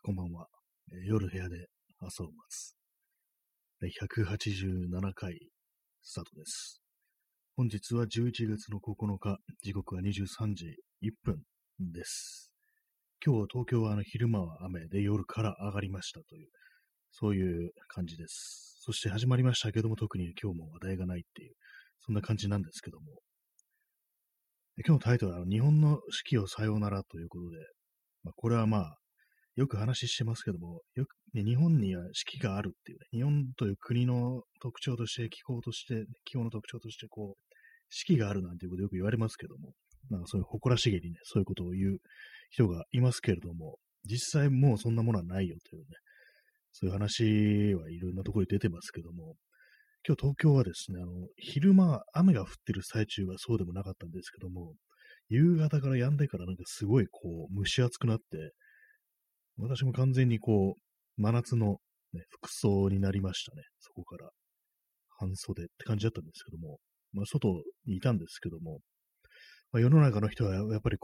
こんばんは。夜部屋で朝を待つ。187回スタートです。本日は11月の9日、時刻は23時1分です。今日は東京は昼間は雨で夜から上がりましたという、そういう感じです。そして始まりましたけども、特に今日も話題がないっていう、そんな感じなんですけども、今日のタイトルは日本の四季をさようならということで、これはよく話してますけども、よく、ね、日本には四季があるっていうね、日本という国の特徴として、気候として、気候の特徴として、四季があるなんていうことをよく言われますけども、そういう誇らしげにね、そういうことを言う人がいますけれども、実際もうそんなものはないよというね、そういう話はいろんなところに出てますけども、今日東京はですね、昼間雨が降ってる最中はそうでもなかったんですけども、夕方から止んでからすごい蒸し暑くなって、私も完全に真夏の、ね、服装になりましたね。そこから。半袖って感じだったんですけども、外にいたんですけども、世の中の人はやっぱり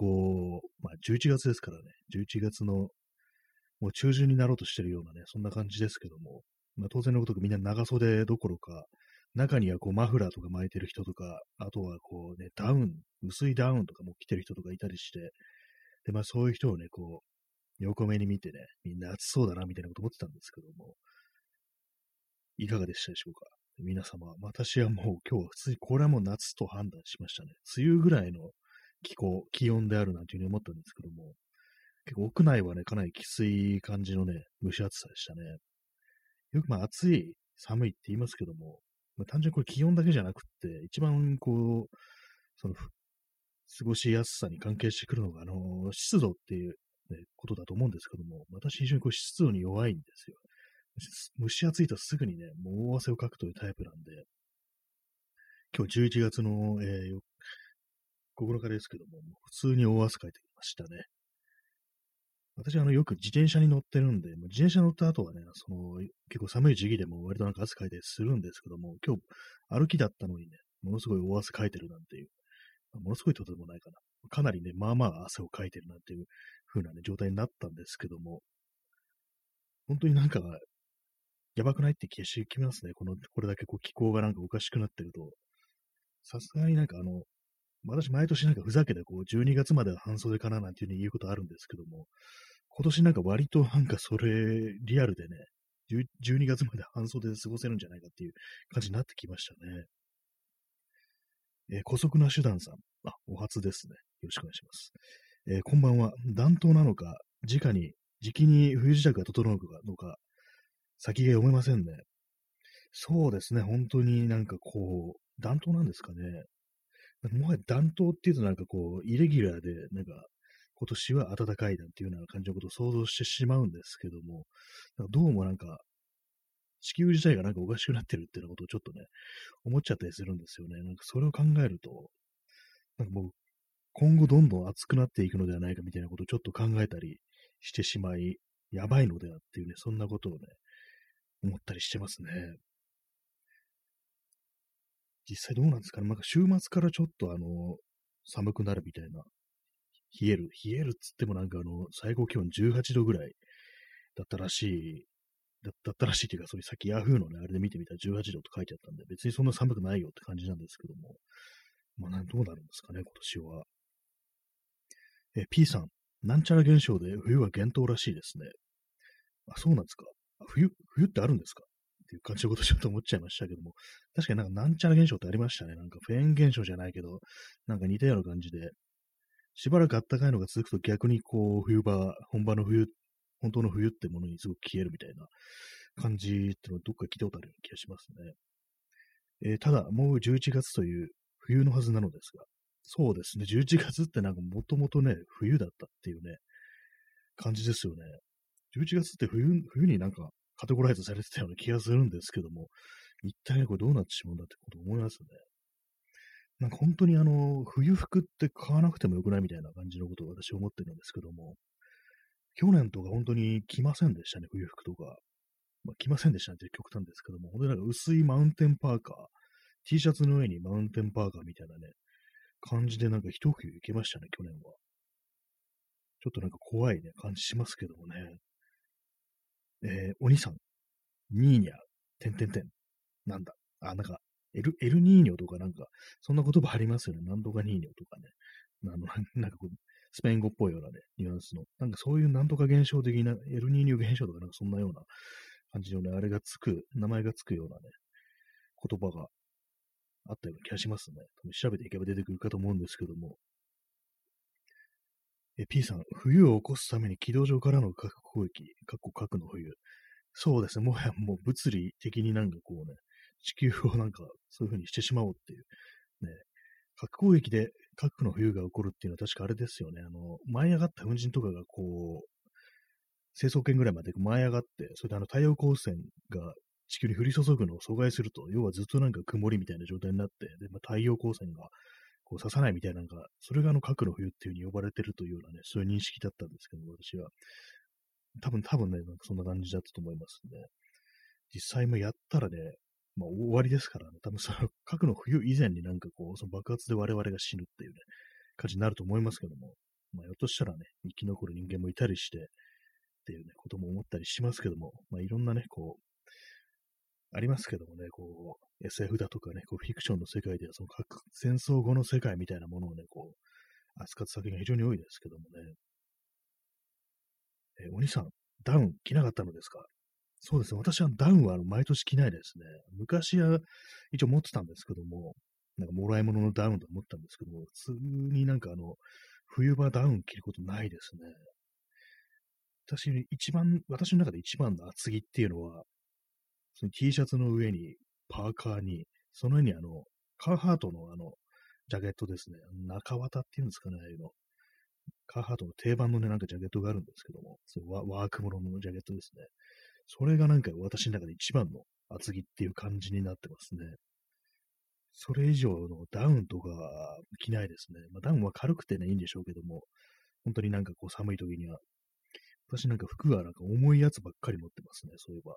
11月ですからね、11月のもう中旬になろうとしてるようなね、そんな感じですけども、当然のごとくみんな長袖どころか、中にはマフラーとか巻いてる人とか、あとはダウン、薄いダウンとかも着てる人とかいたりして、で、そういう人をね、横目に見てね、みんな暑そうだな、みたいなこと思ってたんですけども、いかがでしたでしょうか。皆様、私はもう今日は普通にこれはもう夏と判断しましたね。梅雨ぐらいの気温であるなんていうふうに思ったんですけども、結構屋内はね、かなりきつい感じのね、蒸し暑さでしたね。よく暑い、寒いって言いますけども、単純にこれ気温だけじゃなくって、一番その過ごしやすさに関係してくるのが、湿度っていう、ね、ことだと思うんですけども、私非常に湿度に弱いんですよ。蒸し暑いとすぐにね、もう大汗をかくというタイプなんで、今日11月の、9日ですけども、普通に大汗かいてきましたね。私はよく自転車に乗ってるんで、自転車乗った後はね、結構寒い時期でも割と汗かいたりするんですけども、今日歩きだったのにね、ものすごい大汗かいてるなんていう、ものすごいとてもないかな。かなりね、汗をかいてるなんていう風なね、状態になったんですけども、本当にやばくないって気がしてきますね。これだけ気候がおかしくなってると。さすがに私毎年ふざけて12月までは半袖かななんていう風に言うことあるんですけども、今年割とそれ、リアルでね、12月まで半袖で過ごせるんじゃないかっていう感じになってきましたね。姑息な手段さん。お初ですね。よろしくお願いします。こんばんは。暖冬なのか、時期に冬支度が整うのか、先が読めませんね。そうですね。本当に暖冬なんですかね。もはや暖冬っていうとイレギュラーで、今年は暖かいなんていうような感じのことを想像してしまうんですけども、どうも地球自体がおかしくなってるっていうようなことをちょっとね、思っちゃったりするんですよね。それを考えると、もう今後どんどん暑くなっていくのではないかみたいなことをちょっと考えたりしてしまい、やばいのではっていうね、そんなことをね、思ったりしてますね。実際どうなんですかね。週末からちょっと寒くなるみたいな。冷えるっつっても最高気温18度ぐらいだったらしい、だったらしいっていうか、それさっきヤフーのね、あれで見てみたら18度と書いてあったんで、別にそんな寒くないよって感じなんですけども、どうなるんですかね、今年は。P さん、なんちゃら現象で冬は厳冬らしいですね。そうなんですか。冬ってあるんですかっていう感じのことちょっと思っちゃいましたけども、確かになんちゃら現象ってありましたね。フェーン現象じゃないけど、似たような感じで、しばらく暖かいのが続くと逆に本場の冬、本当の冬ってものにすごく消えるみたいな感じってのをどっか聞いたことあるような気がしますね。ただ、もう11月という冬のはずなのですが、そうですね、11月ってもともとね、冬だったっていうね、感じですよね。11月って冬にカテゴライズされてたような気がするんですけども、一体これどうなってしまうんだってことを思いますね。本当に冬服って買わなくてもよくないみたいな感じのことを私は思ってるんですけども、去年とか本当に着ませんでしたね、冬服とか。着ませんでしたねって極端ですけども、本当に薄いマウンテンパーカー、T シャツの上にマウンテンパーカーみたいなね、感じで一冬いけましたね、去年は。ちょっと怖いね、感じしますけどもね。 お兄さん、ニーニャ、てんてんてん、なんだ。あ、なんか、エルニーニョとかなんか、そんな言葉ありますよね。なんとかニーニョとかね。なんかこう、スペイン語っぽいようなね、ニュアンスの。なんかそういうなんとか現象的な、エルニーニョ現象とかなんかそんなような感じのね、あれがつく、名前がつくようなね、言葉があったような気がしますね。調べていけば出てくるかと思うんですけども。P さん、冬を起こすために軌道上からの核攻撃、核の冬。そうですね。もはやもう物理的になんかこうね、地球をなんかそういう風にしてしまおうっていう。ね、核攻撃で核の冬が起こるっていうのは確かあれですよね。舞い上がった粉塵とかがこう、成層圏ぐらいまで舞い上がって、それで太陽光線が地球に降り注ぐのを阻害すると、要はずっとなんか曇りみたいな状態になって、で、太陽光線がこう刺さないみたいなのが、それが核の冬っていう風に呼ばれてるというようなね、そういう認識だったんですけども、私は。多分ね、なんかそんな感じだったと思いますね。実際もやったらね、まあ終わりですからね、多分その核の冬以前になんかこう、その爆発で我々が死ぬっていうね、感じになると思いますけども、まあひょっとしたらね、生き残る人間もいたりして、っていうね、ことも思ったりしますけども、まあいろんなね、こう、ありますけどもね、こう、SF だとかね、こうフィクションの世界では、その核戦争後の世界みたいなものをね、こう、扱った作品が非常に多いですけどもね、お兄さん、ダウン着なかったのですか？そうですね。私はダウンは毎年着ないですね。昔は一応持ってたんですけども、なんかもらい物のダウンとか持ってたんですけども、普通になんか冬場ダウン着ることないですね。私の中で一番の厚着っていうのは、その T シャツの上にパーカーに、その上にカーハートのジャケットですね。中綿っていうんですかね、ああいうの。カーハートの定番のね、なんかジャケットがあるんですけども、それワークもののジャケットですね。それがなんか私の中で一番の厚着っていう感じになってますね。それ以上のダウンとか着ないですね。まあ、ダウンは軽くてね、いいんでしょうけども、本当になんかこう寒い時には、私なんか服はなんか重いやつばっかり持ってますね、そういえば。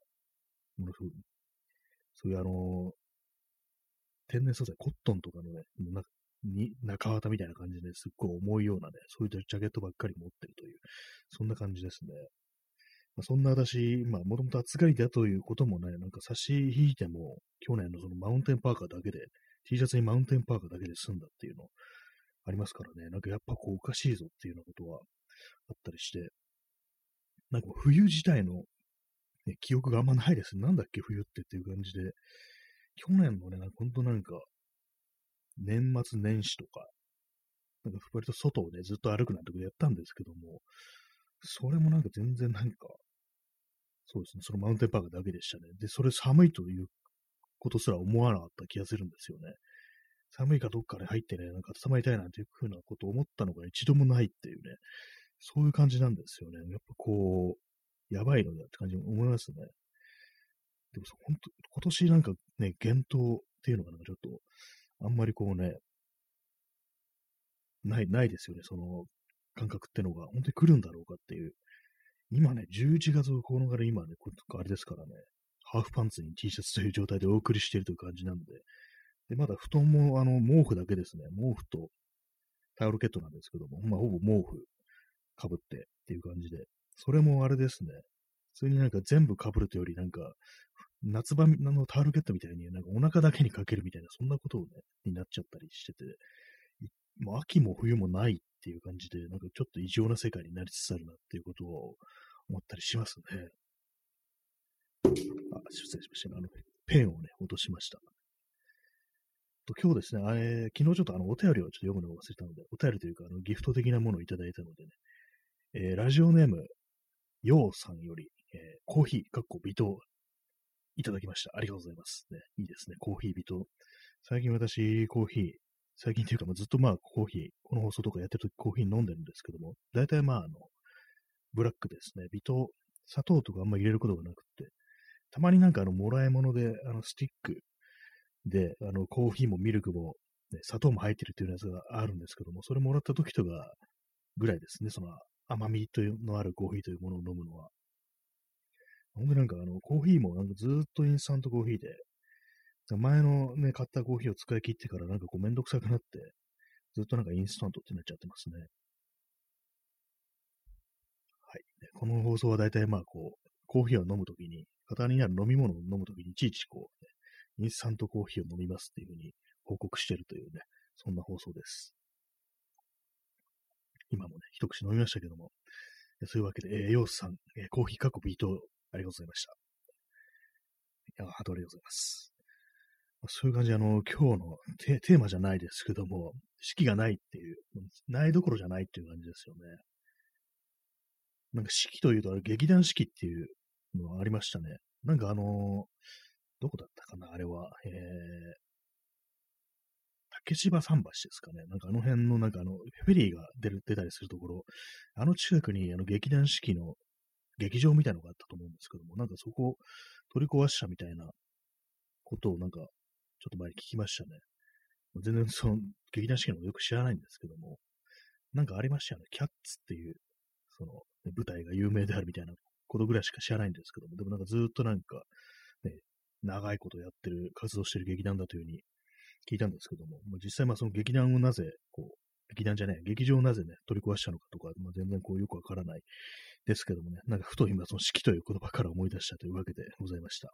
そういう天然素材、コットンとかのね、中綿みたいな感じですっごい重いようなね、そういうジャケットばっかり持ってるという、そんな感じですね。まあ、そんな私、まあ、もともと暑がりだということもね、なんか差し引いても、去年のそのマウンテンパーカーだけで、T シャツにマウンテンパーカーだけで済んだっていうのありますからね、なんかやっぱこうおかしいぞっていうようなことはあったりして、なんか冬自体の、ね、記憶があんまないです。なんだっけ、冬っていう感じで、去年のね、ほんとなんか、年末年始とか、なんか割と外をね、ずっと歩くなんてことやったんですけども、それもなんか全然なんか、そうですね、そのマウンテンパーカーだけでしたね。で、それ寒いということすら思わなかった気がするんですよね。寒いかどっかで入ってね、なんか温まりたいなんていうふうなことを思ったのが一度もないっていうね、そういう感じなんですよね。やっぱこう、やばいのだって感じに思いますね。でも本当、今年なんかね、厳冬っていうのがなんかちょっと、あんまりこうね、ないですよね、その感覚ってのが。本当に来るんだろうかっていう。今ね、11月9日で今ね、あれですからね、ハーフパンツに T シャツという状態でお送りしているという感じなんで、で、まだ布団も毛布だけですね。毛布とタオルケットなんですけども、まあ、ほぼ毛布かぶってっていう感じで、それもあれですね。普通になんか全部かぶるというより、なんか、夏場のタオルケットみたいに、なんかお腹だけにかけるみたいな、そんなことをね、になっちゃったりしてて、もう秋も冬もないっていう感じで、なんかちょっと異常な世界になりつつあるなっていうことを思ったりしますね。あ、失礼しました。ペンをね、落としました。今日ですね、昨日ちょっとお便りをちょっと読むのを忘れたので、お便りというか、ギフト的なものをいただいたのでね、ラジオネーム、ようさんより、コーヒー、微糖、いただきました。ありがとうございます。ね、いいですね、コーヒー微糖。最近私、コーヒー、最近というか、ずっとまあ、コーヒー、この放送とかやってるときコーヒー飲んでるんですけども、大体まあ、ブラックですね、微糖、砂糖とかあんま入れることがなくって、たまになんかもらい物で、スティックで、コーヒーもミルクも、ね、砂糖も入ってるっていうやつがあるんですけども、それもらった時とかぐらいですね、その甘みというのあるコーヒーというものを飲むのは。ほんでなんかコーヒーもなんかずーっとインスタントコーヒーで、前のね、買ったコーヒーを使い切ってからなんかこうめんどくさくなって、ずっとなんかインスタントってなっちゃってますね。はい。でこの放送は大体まあこう、 コーヒーを飲むときに、型になる飲み物を飲むときに、いちいちこう、ね、インスタントコーヒーを飲みますっていうふうに報告しているというね、そんな放送です。今もね、一口飲みましたけども、そういうわけで、ヨウスさん、コーヒー過去ビートありがとうございました。ハートありがとうございます。そういう感じで、今日のテーマじゃないですけども、式がないっていう、ないどころじゃないっていう感じですよね。なんか式というと、劇団四季っていうのがありましたね。なんかどこだったかな、あれは。竹芝桟橋ですかね。なんかあの辺の、なんかフェリーが出たりするところ、あの近くに劇団四季の劇場みたいなのがあったと思うんですけども、なんかそこを取り壊したみたいなことをなんか、ちょっと前に聞きましたね。全然その劇団四季のことよく知らないんですけども、なんかありましたよね。キャッツっていう、その、舞台が有名であるみたいなことぐらいしか知らないんですけども、でもなんかずっとなんか、ね、長いことやってる、活動してる劇団だというふうに聞いたんですけども、実際その劇団をなぜ、劇団じゃない、劇場をなぜね、取り壊したのかとか、全然よくわからないですけどもね、なんかふと今その式という言葉から思い出したというわけでございました。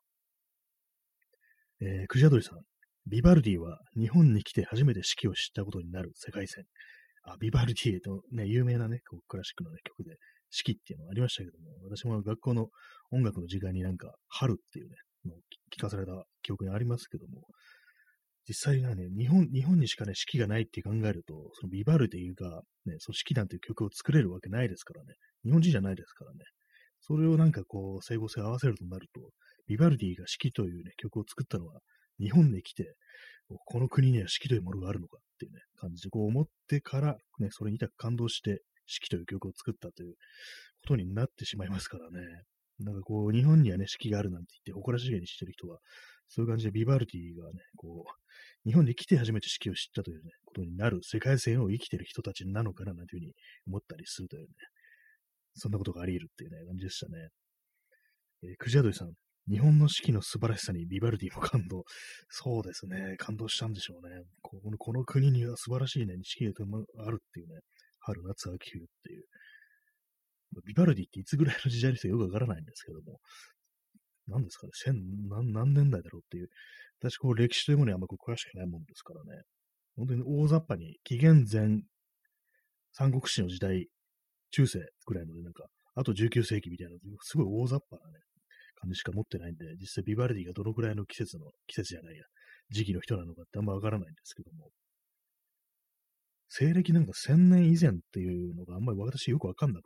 クジャドリさん、ビバルディは日本に来て初めて式を知ったことになる世界線。ビバルディとね、有名なね、クラシックのね、曲で、四季っていうのがありましたけども、私も学校の音楽の時間になんか、春っていうね、のを聞かされた記憶にありますけども、実際はね、日本にしかね、四季がないって考えると、そのビバルディが、ね、その四季なんていう曲を作れるわけないですからね、日本人じゃないですからね、それをなんか整合性を合わせるとなると、ビバルディが四季というね、曲を作ったのは、日本に来て、この国には四季というものがあるのかっていうね、感じで思ってから、ね、それに感動して、四季という曲を作ったということになってしまいますからね。なんか日本にはね、四季があるなんて言って誇らしげにしてる人は、そういう感じでビバルディがね、日本に来て初めて四季を知ったというね、ことになる世界線を生きてる人たちなのかな、なんていうふうに思ったりするというね、そんなことがあり得るっていうね、感じでしたね。クジャドリさん、日本の四季の素晴らしさにビバルディも感動。そうですね。感動したんでしょうね。この国には素晴らしいね、四季があるっていうね。春、夏、秋、冬っていう。ビバルディっていつぐらいの時代の人よくわからないんですけども。何ですかね。何年代だろうっていう。私、歴史というものにあんま詳しくないもんですからね。本当に大雑把に、紀元前三国志の時代、中世ぐらいので、なんか、あと19世紀みたいな、すごい大雑把なね、感じしか持ってないんで、実際ビバルディがどのくらいの季節じゃないや、時期の人なのかってあんまわからないんですけども、西暦なんか1000年以前っていうのがあんまり私よくわかんなくって、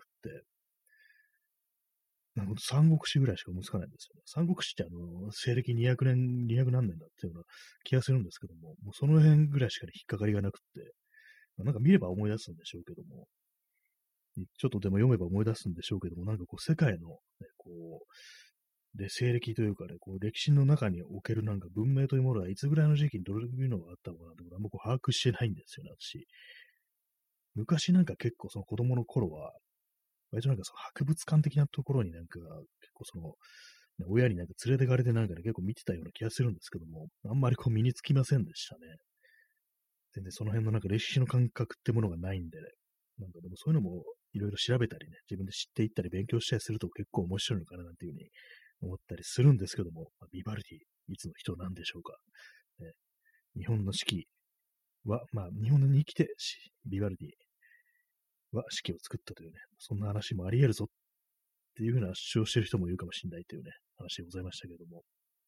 なんか三国志ぐらいしか思いつかないんですよね。三国志って西暦200年、200何年だっていうような気がするんですけども、もうその辺ぐらいしか引っかかりがなくって、なんか見れば思い出すんでしょうけども、ちょっとでも読めば思い出すんでしょうけども、なんか世界の、ね、で、西暦というかね、歴史の中におけるなんか文明というものはいつぐらいの時期にどれいうのがあったのかなってことはあんま把握してないんですよね、私。昔なんか結構その子供の頃は、割となんかその博物館的なところになんか結構ね、親になんか連れてかれてなんかね、結構見てたような気がするんですけども、あんまり身につきませんでしたね。全然その辺のなんか歴史の感覚ってものがないんでね。なんかでもそういうのもいろいろ調べたりね、自分で知っていったり勉強したりすると結構面白いのかななんていうふうに思ったりするんですけども、ビバルディ、いつの人なんでしょうか。ね、日本の四季は、日本に生きてビバルディは四季を作ったというね、そんな話もあり得るぞっていうふうな主張してる人もいるかもしれないというね、話でございましたけども。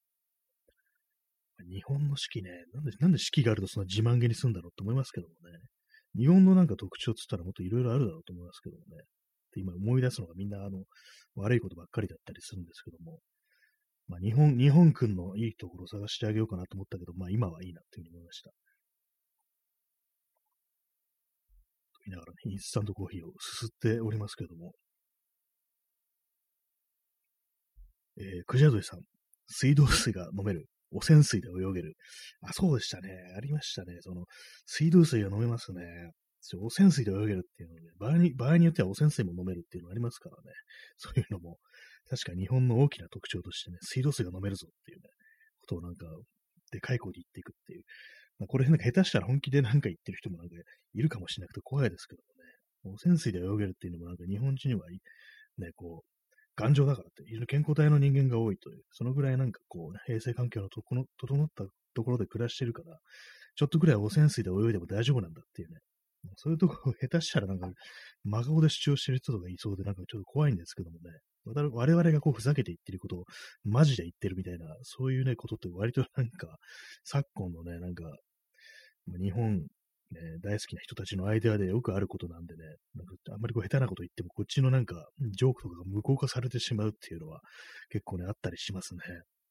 日本の四季ね、なんで四季があるとそんな自慢げにするんだろうって思いますけどもね。日本のなんか特徴って言ったらもっといろいろあるだろうと思いますけどもね。で今思い出すのがみんな悪いことばっかりだったりするんですけども。日本君のいいところを探してあげようかなと思ったけど、今はいいなっていうふうに思いました。と言いながらね、インスタントコーヒーをすすっておりますけども。クジャドリさん、水道水が飲める。汚染水で泳げる。そうでしたね。ありましたね。水道水が飲めますね。汚染水で泳げるっていうのね、場合によっては汚染水も飲めるっていうのありますからね。そういうのも、確か日本の大きな特徴としてね、水道水が飲めるぞっていうね、ことをなんか、でかい声で言っていくっていう。これなんか下手したら本気でなんか言ってる人もなんかいるかもしれなくて怖いですけどもね。汚染水で泳げるっていうのもなんか日本人にはね、 頑丈だからって、非常に健康体の人間が多いという、そのぐらいなんかこう、ね、衛生環境の整ったところで暮らしてるから、ちょっとぐらい汚染水で泳いでも大丈夫なんだっていうね。そういうところ、下手したらなんか、真顔で主張してる人とかいそうで、なんかちょっと怖いんですけどもね。我々がこうふざけて言ってることをマジで言ってるみたいな、そういうね、ことって割となんか、昨今のね、なんか、日本、ね、大好きな人たちのアイデアでよくあることなんでね、なんかあんまりこう下手なこと言っても、こっちのなんか、ジョークとかが無効化されてしまうっていうのは結構ね、あったりしますね。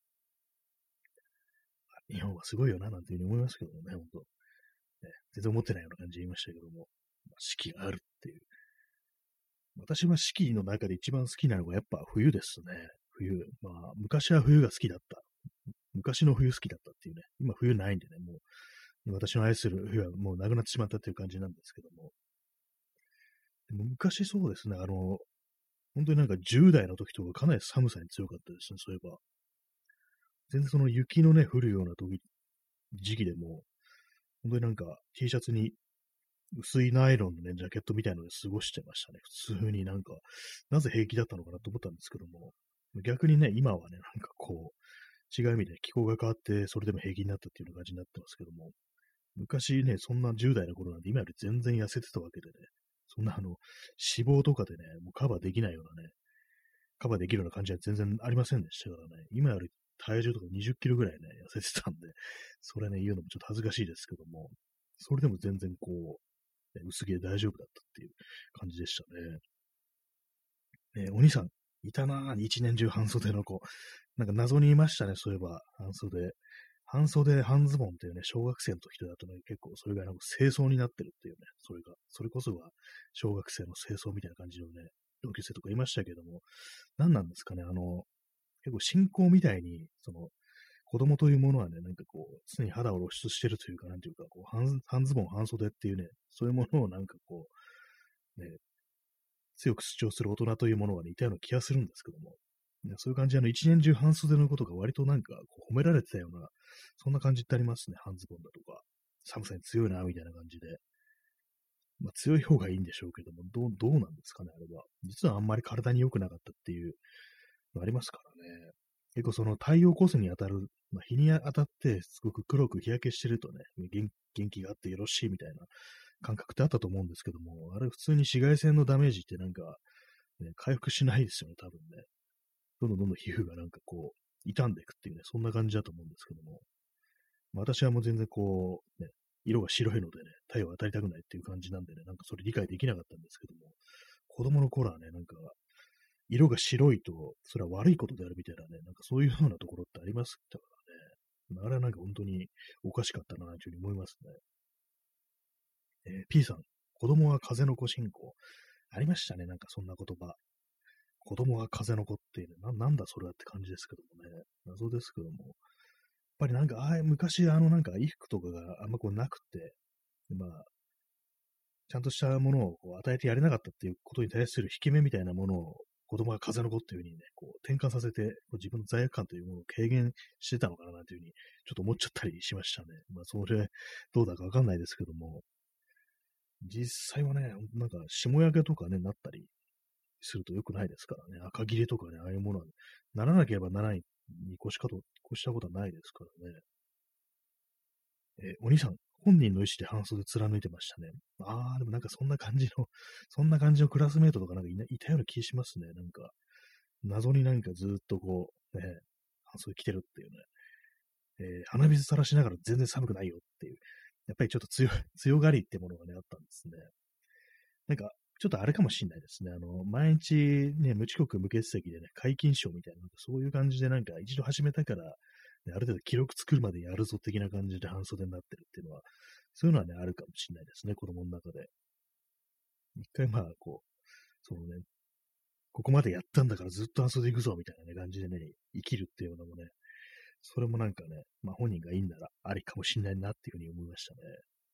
日本はすごいよな、なんていうふうに思いますけどもね、本当ね、全然思ってないような感じで言いましたけども、四季があるっていう。私は四季の中で一番好きなのがやっぱ冬ですね。冬。まあ、昔は冬が好きだった。昔の冬好きだったっていうね。今冬ないんでね、もう、私の愛する冬はもうなくなってしまったっていう感じなんですけども。でも昔そうですね、本当になんか10代の時とかかなり寒さに強かったですね、そういえば。全然その雪のね、降るような時期でも、本当になんか T シャツに薄いナイロンのね、ジャケットみたいので過ごしてましたね。普通になんか、なぜ平気だったのかなと思ったんですけども、逆にね、今はね、なんかこう、違う意味で気候が変わって、それでも平気になったっていうような感じになってますけども、昔ね、そんな10代の頃なんて今より全然痩せてたわけでね、そんな脂肪とかでね、もうカバーできないようなね、カバーできるような感じは全然ありませんでしたからね、今より体重とか20キロぐらいね、痩せてたんで、それね、言うのもちょっと恥ずかしいですけども、それでも全然こう、薄毛で大丈夫だったっていう感じでしたね。お兄さん、いたなぁ、一年中半袖の子。なんか謎にいましたね、そういえば、半袖。半袖、半ズボンっていうね、小学生の時だとね、結構それがなんか清掃になってるっていうね、それこそが小学生の清掃みたいな感じのね、同級生とかいましたけども、何なんですかね、結構信仰みたいに、子供というものはね、なんかこう、常に肌を露出してるというか、なんていうか、こう半ズボン、半袖っていうね、そういうものをなんかこう、ね、強く主張する大人というものがね、いたような気がするんですけども、そういう感じで、一年中半袖のことが割となんかこう褒められてたような、そんな感じってありますね、半ズボンだとか。寒さに強いな、みたいな感じで。まあ、強い方がいいんでしょうけども、どうなんですかね、あれは。実はあんまり体に良くなかったっていうのありますからね。結構その太陽光線に当たる、まあ、日に当たってすごく黒く日焼けしてるとね、元気があってよろしいみたいな感覚ってあったと思うんですけども、あれ普通に紫外線のダメージってなんか、ね、回復しないですよね、多分ね。どんどん皮膚がなんかこう、傷んでいくっていうね、そんな感じだと思うんですけども、まあ、私はもう全然こう、ね、色が白いのでね、太陽当たりたくないっていう感じなんでね、なんかそれ理解できなかったんですけども、子供の頃はね、なんか、色が白いと、それは悪いことであるみたいなね、なんかそういうようなところってありますからね。あれはなんか本当におかしかったな、というふうに思いますね。P さん、子供は風の子信仰。ありましたね、なんかそんな言葉。子供は風の子っていうね、なんだそれはって感じですけどもね。謎ですけども。やっぱりなんか、昔なんか衣服とかがあんまこうなくて、まあ、ちゃんとしたものをこう与えてやれなかったっていうことに対する引け目みたいなものを子供が風の子っていうふうにね、こう転換させて、こう自分の罪悪感というものを軽減してたのかなというふうにちょっと思っちゃったりしましたね。まあ、それ、どうだかわかんないですけども、実際はね、なんか霜焼けとかね、なったりすると良くないですからね、赤切れとかね、ああいうものは、ならなければならないに越したことはないですからね。お兄さん、本人の意思で半袖貫いてましたね。でもなんかそんな感じの、そんな感じのクラスメイトとかなんかいたような気しますね。なんか、謎になんかずっとこう、ね、半袖着てるっていうね。鼻水さらしながら全然寒くないよっていう。やっぱりちょっと強がりってものがね、あったんですね。なんか、ちょっとあれかもしんないですね。毎日ね、無遅刻無欠席でね、皆勤賞みたいな、そういう感じでなんか一度始めたから、ね、ある程度記録作るまでやるぞ的な感じで半袖になってるっていうのは、そういうのはね、あるかもしんないですね、子供の中で。一回まあ、こう、そのね、ここまでやったんだからずっと半袖行くぞみたいなね、感じでね、生きるっていうのもね、それもなんかね、まあ本人がいいんならありかもしんないなっていうふうに思いましたね。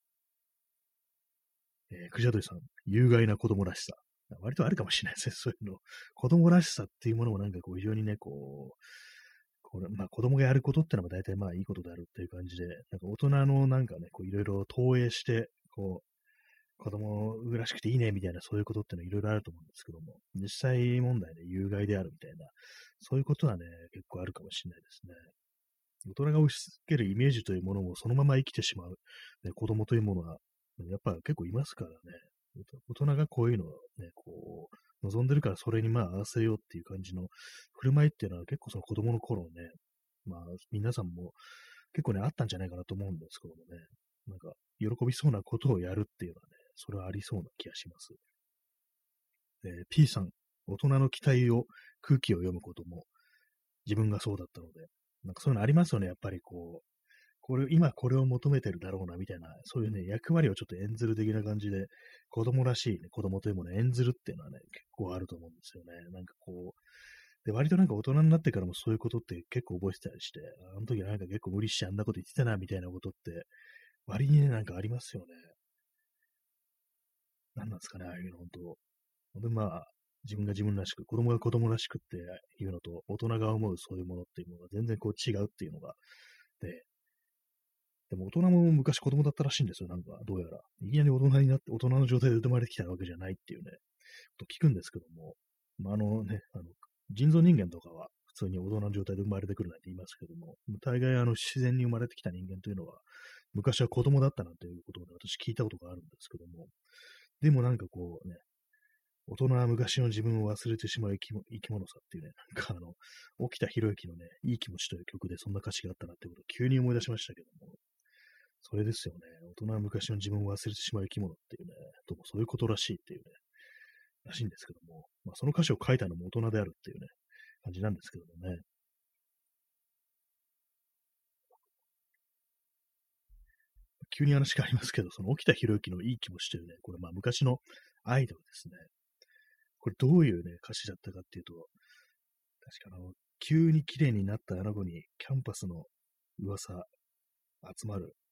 クジャドリさん、有害な子供らしさ。割とあるかもしれないですね、そういうの。子供らしさっていうものもなんかこう非常にね、まあ子供がやることってのは大体まあいいことであるっていう感じで、なんか大人のなんかね、こういろいろ投影して、こう、 子供を産むらしくていいね、みたいな、そういうことってのはいろいろあると思うんですけども、実際問題で有害であるみたいな、そういうことはね、結構あるかもしれないですね。大人が押し付けるイメージというものもそのまま生きてしまう、ね、子供というものは、やっぱ結構いますからね。大人がこういうのをね、こう、望んでるからそれにまあ合わせようっていう感じの振る舞いっていうのは結構その子供の頃ね、まあ皆さんも結構ね、あったんじゃないかなと思うんですけどもね、なんか喜びそうなことをやるっていうのはね、それはありそうな気がします。P さん、大人の期待を空気を読むことも自分がそうだったので、なんかそういうのありますよね、やっぱりこう、今これを求めてるだろうな、みたいな、そういうね、役割をちょっと演ずる的な感じで、子供らしいね、子供というものを演ずるっていうのはね、結構あると思うんですよね。なんかこう、で、割となんか大人になってからもそういうことって結構覚えてたりして、あの時なんか結構無理してあんなこと言ってたな、みたいなことって、割にね、なんかありますよね。なんなんですかね、ああいうの、本当。で、まあ、自分が自分らしく、子供が子供らしくっていうのと、大人が思うそういうものっていうものが全然こう違うっていうのが、で、でも大人も昔子供だったらしいんですよ、なんか、どうやら。いきなり大人になって、大人の状態で生まれてきたわけじゃないっていうね、と聞くんですけども、まあ、人造人間とかは普通に大人の状態で生まれてくるなんて言いますけども、大概自然に生まれてきた人間というのは、昔は子供だったなんていうことを、ね、私聞いたことがあるんですけども、でもなんかこうね、大人は昔の自分を忘れてしまう生き物さっていうね、なんか沖田博之のね、いい気持ちという曲でそんな歌詞があったなってことを急に思い出しましたけども、それですよね。大人は昔の自分を忘れてしまう生き物っていうね、どうもそういうことらしいっていうね、らしいんですけども、まあその歌詞を書いたのも大人であるっていうね、感じなんですけどもね。急に話変わりますけど、その沖田博之のいい気持ちというね、これまあ昔のアイドルですね。これどういうね、歌詞だったかっていうと、確か急に綺麗になったあの子にキャンパスの噂集まる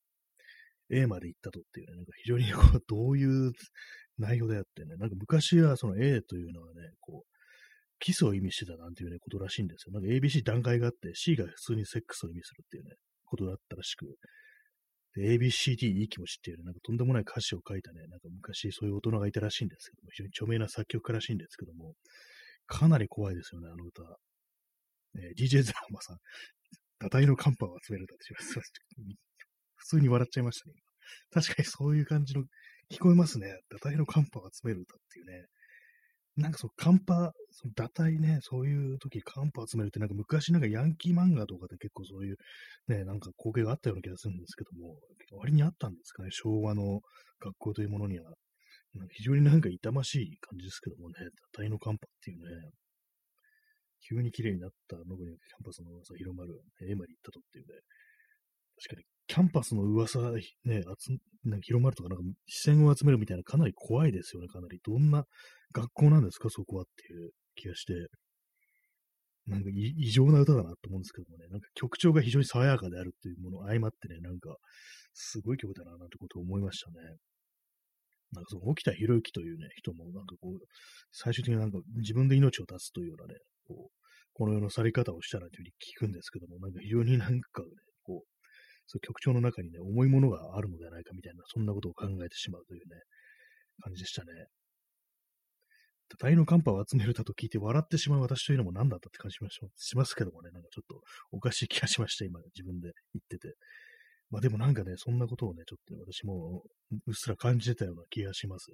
A まで行ったとっていうね、なんか非常にこう、どういう内容であってね、なんか昔はその A というのはね、こう、キスを意味してたなんていうね、ことらしいんですよ。なんか ABC 段階があって、C が普通にセックスを意味するっていうね、ことだったらしく、で、ABCD いい気持ちっていうね、なんかとんでもない歌詞を書いたね、なんか昔そういう大人がいたらしいんですけども、非常に著名な作曲家らしいんですけども、かなり怖いですよね、あの歌。DJ ザーマさん、堕胎のカンパを集める歌ってします。普通に笑っちゃいましたね。確かにそういう感じの、聞こえますね。堕胎のカンパを集める歌っていうね。なんかそう、カンパ、その堕胎ね、そういう時カンパ集めるって、なんか昔なんかヤンキー漫画とかで結構そういうね、なんか光景があったような気がするんですけども、割にあったんですかね、昭和の学校というものには。なんか非常になんか痛ましい感じですけどもね、堕胎のカンパっていうね、急に綺麗になったのにキャンパスの噂広まる、絵まで行ったとっていうね、確かに、キャンパスの噂、ね、なんか広まるとか、なんか視線を集めるみたいな、かなり怖いですよね、かなり。どんな学校なんですか、そこはっていう気がして、なんか異常な歌だなと思うんですけどもね、なんか曲調が非常に爽やかであるっていうものを相まってね、なんか、すごい曲だな、なんてことを思いましたね。なんかその、沖田博之というね、人も、なんかこう、最終的になんか自分で命を絶つというようなね、こう、この世の去り方をしたらというふうに聞くんですけども、なんか非常になんかね、こう、そう曲調の中にね、重いものがあるのではないかみたいな、そんなことを考えてしまうというね、感じでしたね。多大の寒波を集めるだと聞いて笑ってしまう私というのも何だったって感じしますけどもね、なんかちょっとおかしい気がしました、今自分で言ってて。まあでもなんかね、そんなことをね、ちょっとね、私もうっすら感じてたような気がします。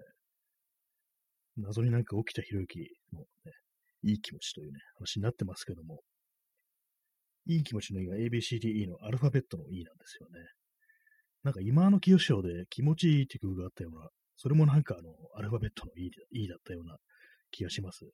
謎になんか起きたひろゆきのね、いい気持ちというね、話になってますけども、いい気持ちのいいは ABCDE のアルファベットの E なんですよね。なんか今の清志郎で気持ちいいって曲があったような、それもなんかアルファベットの E だったような気がします。ね、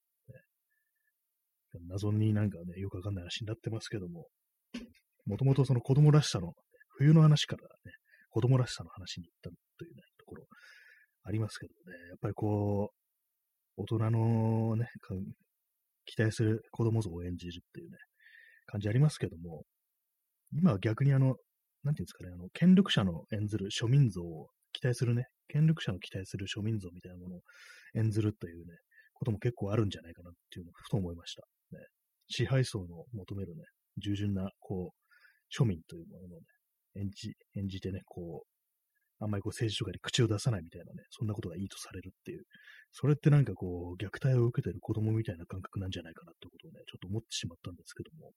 謎になんかね、よくわかんない話になってますけども、もともとその子供らしさの、冬の話からね、子供らしさの話に行ったというね、ところありますけどね、やっぱりこう、大人のね、期待する子供像を演じるっていうね、感じありますけども、今は逆になんていうんですかね、権力者の演ずる庶民像を期待するね、権力者の期待する庶民像みたいなものを演ずるというね、ことも結構あるんじゃないかなっていうのをふと思いました。ね、支配層の求めるね、従順な、こう、庶民というものをね、演じてね、こう、 あんまりこう政治とかに口を出さないみたいなね、そんなことがいいとされるっていう、それってなんかこう、虐待を受けてる子供みたいな感覚なんじゃないかなってことをね、ちょっと思ってしまったんですけども、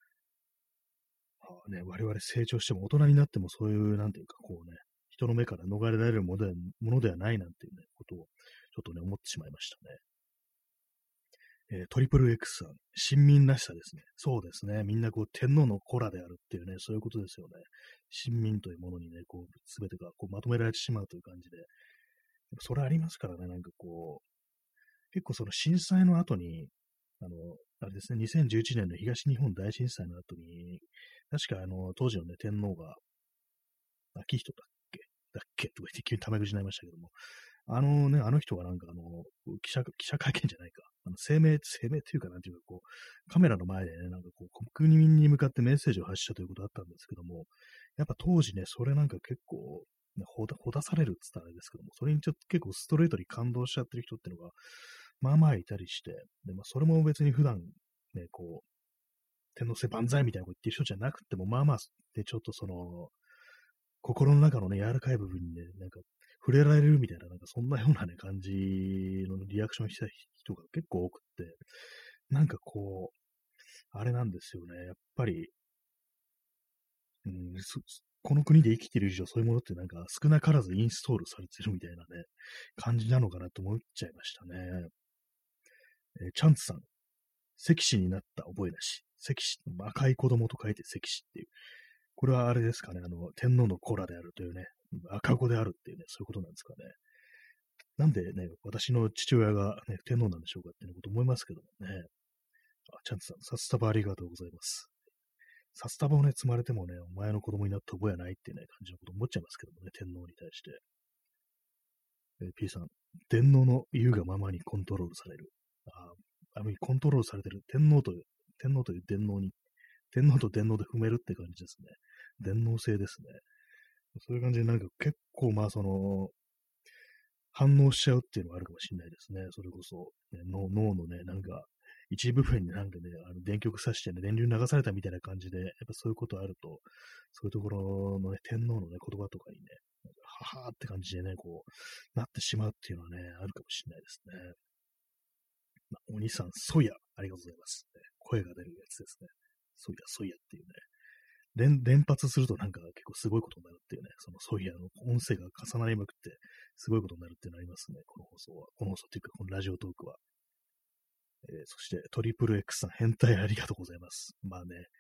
我々成長しても大人になってもそういう、なんていうかこうね、人の目から逃れられるものではないなんていうね、ことをちょっとね、思ってしまいましたね。トリプル X さん、親民らしさですね。そうですね。みんなこう天皇の子らであるっていうね、そういうことですよね。親民というものにね、こう、すべてがこうまとめられてしまうという感じで。それありますからね、なんかこう、結構その震災の後に、あの、あれですね、2011年の東日本大震災の後に、確か当時のね、天皇が、昭仁だっけとか言って急にタメ口になりましたけども、あの人がなんか記者会見じゃないか。声明っていうかなんていうか、こう、カメラの前でね、なんかこう、国民に向かってメッセージを発したということだったんですけども、やっぱ当時ね、それなんか結構、ね、ほだされるって言ったらあれですけども、それにちょっと結構ストレートに感動しちゃってる人っていうのが、まあまあいたりして、で、まあそれも別に普段ね、こう、天皇制万歳みたいなこと言ってる人じゃなくても、まあまあ、で、ちょっとその、心の中のね、柔らかい部分にね、なんか、触れられるみたいな、なんかそんなようなね、感じのリアクションした人が結構多くって、なんかこう、あれなんですよね、やっぱり、うん、この国で生きてる以上、そういうものってなんか少なからずインストールされてるみたいなね、感じなのかなと思っちゃいましたね。チャンツさん、関氏になった覚えなし。関氏、赤い子供と書いて関氏っていう。これはあれですかね、天皇の子らであるというね、赤子であるっていうね、そういうことなんですかね。なんでね、私の父親が、ね、天皇なんでしょうかっていうこと思いますけどもね。チャンツさん、札束ありがとうございます。札束をね、積まれてもね、お前の子供になった覚えはないっていうね、感じのこと思っちゃいますけどもね、天皇に対して。P さん、天皇の言うがままにコントロールされる。コントロールされてる天皇という天皇に、天皇と天皇で踏めるって感じですね。天皇制ですね。そういう感じでなんか結構まあその、反応しちゃうっていうのがあるかもしれないですね。それこそ、ね、脳のね、なんか、一部分になんかね、電極刺してね、電流流されたみたいな感じで、やっぱそういうことあると、そういうところのね、天皇のね、言葉とかにね、ははーって感じでね、こう、なってしまうっていうのはね、あるかもしれないですね。お兄さん、ソイヤ、ありがとうございます。声が出るやつですね。ソイヤ、ソイヤっていうね。連発するとなんか結構すごいことになるっていうね、そのソイヤの音声が重なりまくって、すごいことになるっていうのありますね、この放送は。この放送っていうか、このラジオトークは。そして、トリプル X さん、変態ありがとうございます。まあね、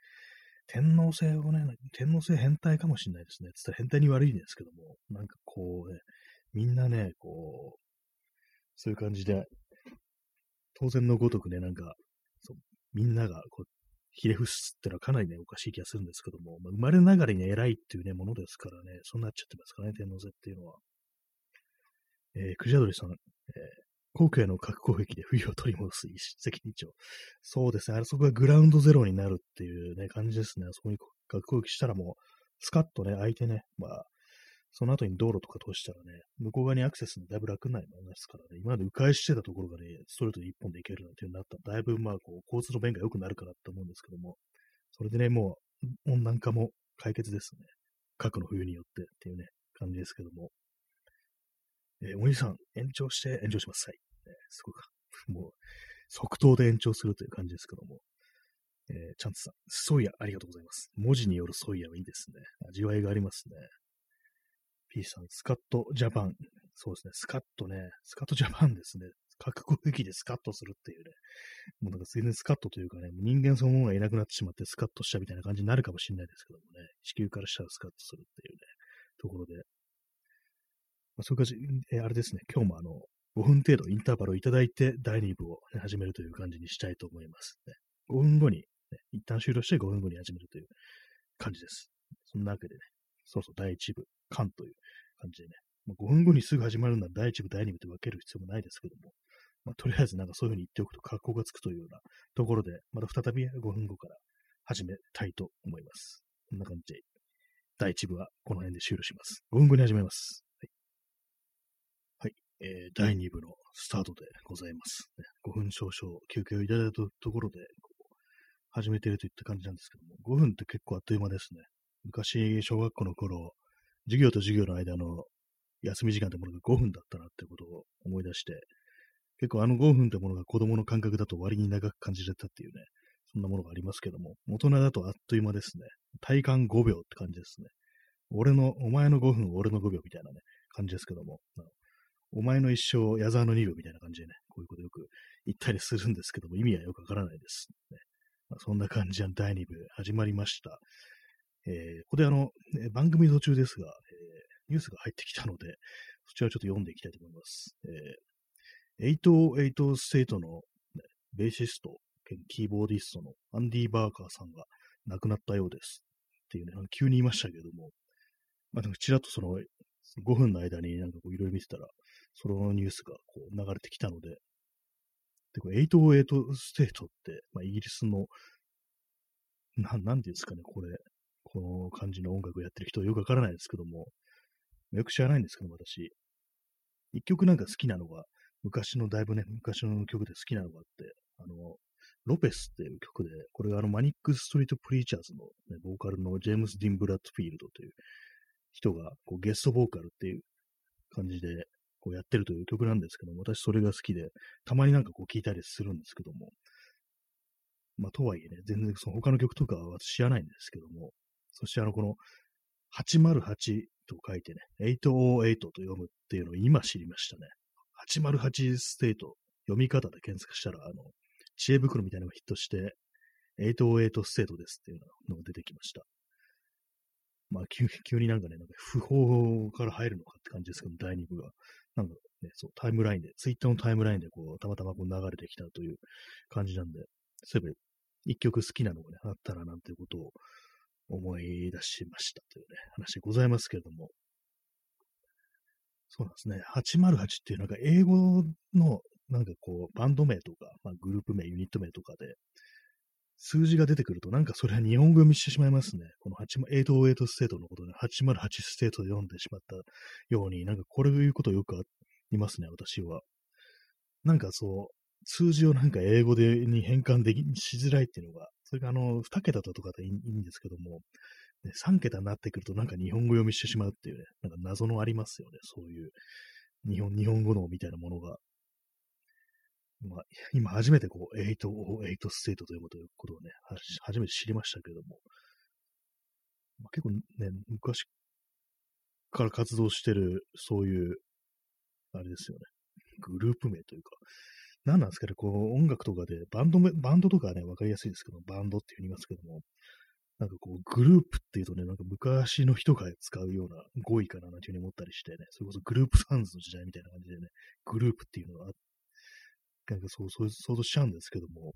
天皇制変態かもしれないですね。つったら変態に悪いんですけども、なんかこうね、みんなね、こう、そういう感じで、当然のごとくね、なんか、そうみんながこう、ひれ伏すってのはかなりね、おかしい気がするんですけども、生まれながらに偉いっていうね、ものですからね、そうなっちゃってますからね、天皇制っていうのは。クジラドリさん、皇居への核攻撃で冬を取り戻す一石二鳥。そうですね、あれそこがグラウンドゼロになるっていうね、感じですね。そこに核攻撃したらもう、スカッとね、相手ね、まあ、その後に道路とか通したらね、向こう側にアクセスのだいぶ楽になりますからね、今まで迂回してたところがね、ストレートで一本で行けるなんていう風になったら、だいぶまあ、こう、交通の便が良くなるかなって思うんですけども、それでね、もう、温暖化も解決ですね。核の冬によってっていうね、感じですけども。お兄さん、延長して延長します。はい。すごく、もう、即答で延長するという感じですけども。チャンツさん、ソイヤ、ありがとうございます。文字によるソイヤはいいですね。味わいがありますね。P さん、スカットジャパン。そうですね、スカットジャパンですね。核攻撃でスカッとするっていうね。もうなんか全然スカッとというかね、人間そのものがいなくなってしまってスカッとしたみたいな感じになるかもしれないですけどもね。地球からしたらスカッとするっていうね、ところで。そういう感じ、あれですね、今日も5分程度インターバルをいただいて、第2部を、ね、始めるという感じにしたいと思います、ね。5分後に、ね、一旦終了して5分後に始めるという感じです。そんなわけでね、そうそう、第1部、完という感じでね、5分後にすぐ始まるなら第1部、第2部って分ける必要もないですけども、とりあえずなんかそういうふうに言っておくと格好がつくというようなところで、また再び5分後から始めたいと思います。こんな感じで、第1部はこの辺で終了します。5分後に始めます。はい。第2部のスタートでございます。5分少々休憩をいただいたところで、始めているといった感じなんですけども、5分って結構あっという間ですね。昔、小学校の頃、 授業と授業の間の休み時間ってものが5分だったなってことを思い出して、結構あの5分ってものが子供の感覚だと割に長く感じれたっていうね、そんなものがありますけども、大人だとあっという間ですね。体感5秒って感じですね。お前の5分、俺の5秒みたいなね、感じですけども、お前の一生、矢沢の2秒みたいな感じでね、こういうことよく言ったりするんですけども、意味はよくわからないです。ね。そんな感じで第2部始まりました。ここで番組途中ですが、ニュースが入ってきたので、そちらをちょっと読んでいきたいと思います。808ステートの、ね、ベーシスト兼キーボーディストのアンディ・バーカーさんが亡くなったようです。っていうね、急に言いましたけども、なんかちらっとその5分の間になんかこういろいろ見てたら、そのニュースがこう流れてきたので、で、これ808ステートって、イギリスの、なんていうんですかね、この感じの音楽をやってる人よくわからないですけども、よく知らないんですけども、私。一曲なんか好きなのが、だいぶね、昔の曲で好きなのがあって、ロペスっていう曲で、これがマニックストリートプリーチャーズの、ね、ボーカルのジェームス・ディン・ブラッドフィールドという人がこうゲストボーカルっていう感じでこうやってるという曲なんですけども、私それが好きで、たまになんかこう聴いたりするんですけども、とはいえね、全然その他の曲とかは私知らないんですけども、そしてこの808と書いてね、808と読むっていうのを今知りましたね。808ステート、読み方で検索したら、知恵袋みたいなのがヒットして、808ステートですっていうのが出てきました。急になんかね、不法から入るのかって感じですけど、第2部が。なんかね、そう、タイムラインで、ツイッターのタイムラインでたまたま流れてきたという感じなんで、そういえば、一曲好きなのがね、あったらなんていうことを思い出しましたというね、話でございますけれども、そうなんですね。808っていうなんか英語のなんかバンド名とか、グループ名、ユニット名とかで、数字が出てくると、なんかそれは日本語読みしてしまいますね。この808ステートのことで808ステートで読んでしまったように、なんかこれいうことよくありますね、私は。なんか数字をなんか英語に変換しづらいっていうのが、それが2桁だとかでいいんですけども、ね、3桁になってくるとなんか日本語読みしてしまうっていうね、なんか謎のありますよね、そういう日本語のみたいなものが。今初めて808ステートということをね、初めて知りましたけれども、結構ね、昔から活動してる、そういう、あれですよね、グループ名というか、何なんですかね、音楽とかで、バンドとかはね、わかりやすいですけど、バンドって言いますけども、なんかグループっていうとね、なんか昔の人が使うような語彙かななんていうふうに思ったりしてね、それこそグループサウンズの時代みたいな感じでね、グループっていうのは、なんかそう想像しちゃうんですけども、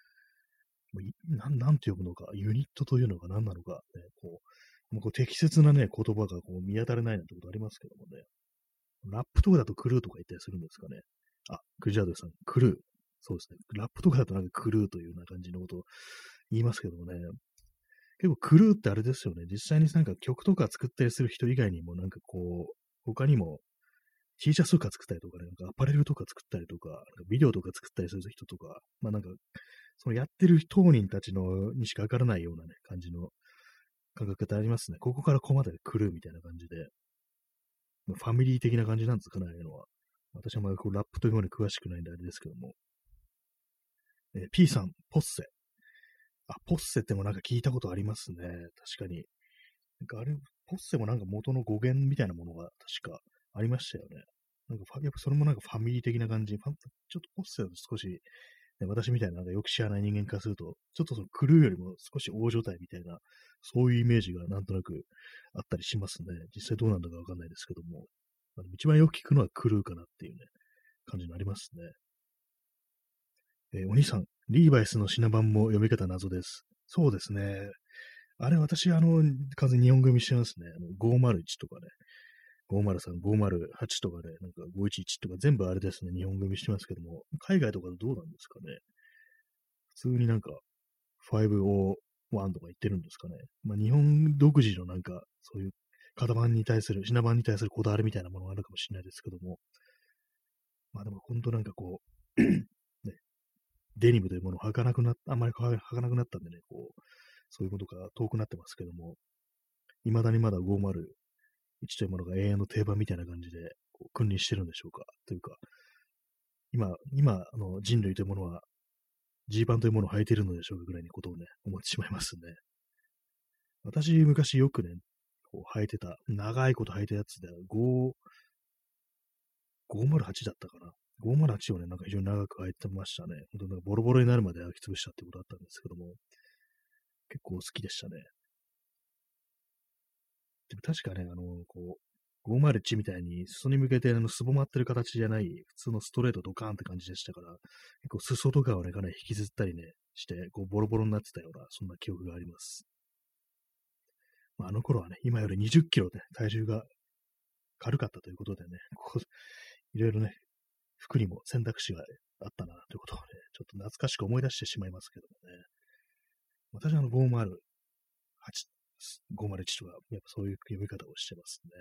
なんて呼ぶのか、ユニットというのが何なのか、ね、もう適切なね、言葉が見当たらないなんてことありますけどもね。ラップとかだとクルーとか言ったりするんですかね。あ、クジャードさん、クルー。そうですね。ラップとかだとなんかクルーというような感じのことを言いますけどもね。結構クルーってあれですよね。実際になんか曲とか作ったりする人以外にもなんか他にも T シャツとか作ったりとかね、なんかアパレルとか作ったりとか、なんかビデオとか作ったりする人とか、なんかそのやってる当人たちにしかわからないようなね、感じの感覚ってありますね。ここからここまで来るみたいな感じで、ファミリー的な感じなんですかね、ああいうのは。私はラップというものに詳しくないんであれですけども。P さん、ポッセ。ポッセってもなんか聞いたことありますね。確かに。なんかポッセもなんか元の語源みたいなものが確かありましたよね。なんかやっぱそれもなんかファミリー的な感じ。ちょっとポッセだと少しね、私みたいななんかよく知らない人間からすると、ちょっとそのクルーよりも少し大所帯みたいな、そういうイメージがなんとなくあったりしますね。実際どうなんだかわかんないですけども。一番よく聞くのはクルーかなっていうね、感じになりますね。お兄さん、リーバイスの品番も読み方謎です。そうですね。あれ、私、完全に日本語読みしてますね。501とかね。503、508とかね、なんか511とか全部あれですね、日本語読みしてますけども、海外とかでどうなんですかね。普通になんか501とか言ってるんですかね。日本独自のなんか、そういう品番に対するこだわりみたいなものがあるかもしれないですけども、でも本当なんかね、デニムというものをあんまり履かなくなったんでね、そういうことが遠くなってますけども、未だにまだ50 1というものが永遠の定番みたいな感じで、こう君臨してるんでしょうか。というか、今、人類というものは、ジーパンというものを履いているのでしょうかぐらいのことをね、思ってしまいますね。私、昔よくね、こう履いてた、長いこと履いたやつで、508だったかな。508をね、なんか非常に長く履いてましたね。本当なんかボロボロになるまで履き潰したってことだったんですけども、結構好きでしたね。でも確かね、501みたいに裾に向けてすぼまってる形じゃない、普通のストレートドカーンって感じでしたから、結構裾とかをね、かなり引きずったりね、して、こうボロボロになってたような、そんな記憶があります。まあ、あの頃はね、今より20キロね、体重が軽かったということでね、いろいろね、服にも選択肢があったな、ということをね、ちょっと懐かしく思い出してしまいますけどもね。私は508、501とか、やっぱそういう読み方をしてますね。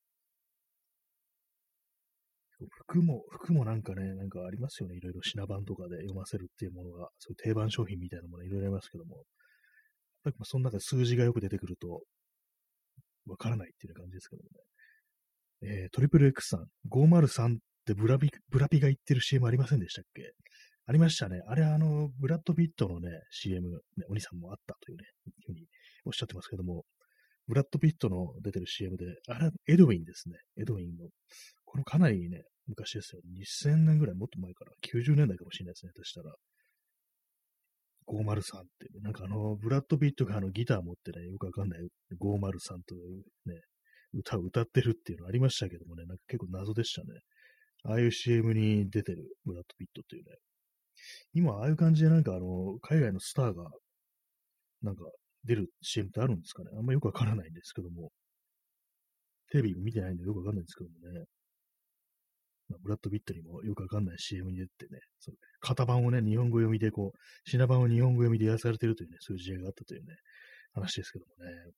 服もなんかね、なんかありますよね。いろいろ品番とかで読ませるっていうものが、そういう定番商品みたいなものいろいろありますけども、やっぱその中で数字がよく出てくると、わからないっていう感じですけどもね。トリプル X さん、503ってブラピが言ってる CM ありませんでしたっけ？ありましたね。あれブラッド・ピットのね、CM、ね、お兄さんもあったというね、ふうにおっしゃってますけども、ブラッド・ピットの出てる CM で、あれ、エドウィンですね。エドウィンの。これかなりね、昔ですよ。2000年ぐらい、もっと前から、90年代かもしれないですね。としたら。503って、なんかブラッド・ピットがギター持ってね、よくわかんない503というね、歌を歌ってるっていうのありましたけどもね、なんか結構謎でしたね。ああいう CM に出てるブラッド・ピットっていうね。今、ああいう感じでなんか海外のスターがなんか出る CM ってあるんですかね。あんまよくわからないんですけども、テレビ見てないんでよくわかんないんですけどもね。まあ、ブラッド・ピットにもよくわかんない CM に出てね、その型番をね、日本語読みで品番を日本語読みでやらされてるというね、そういう時代があったというね、話ですけどもね。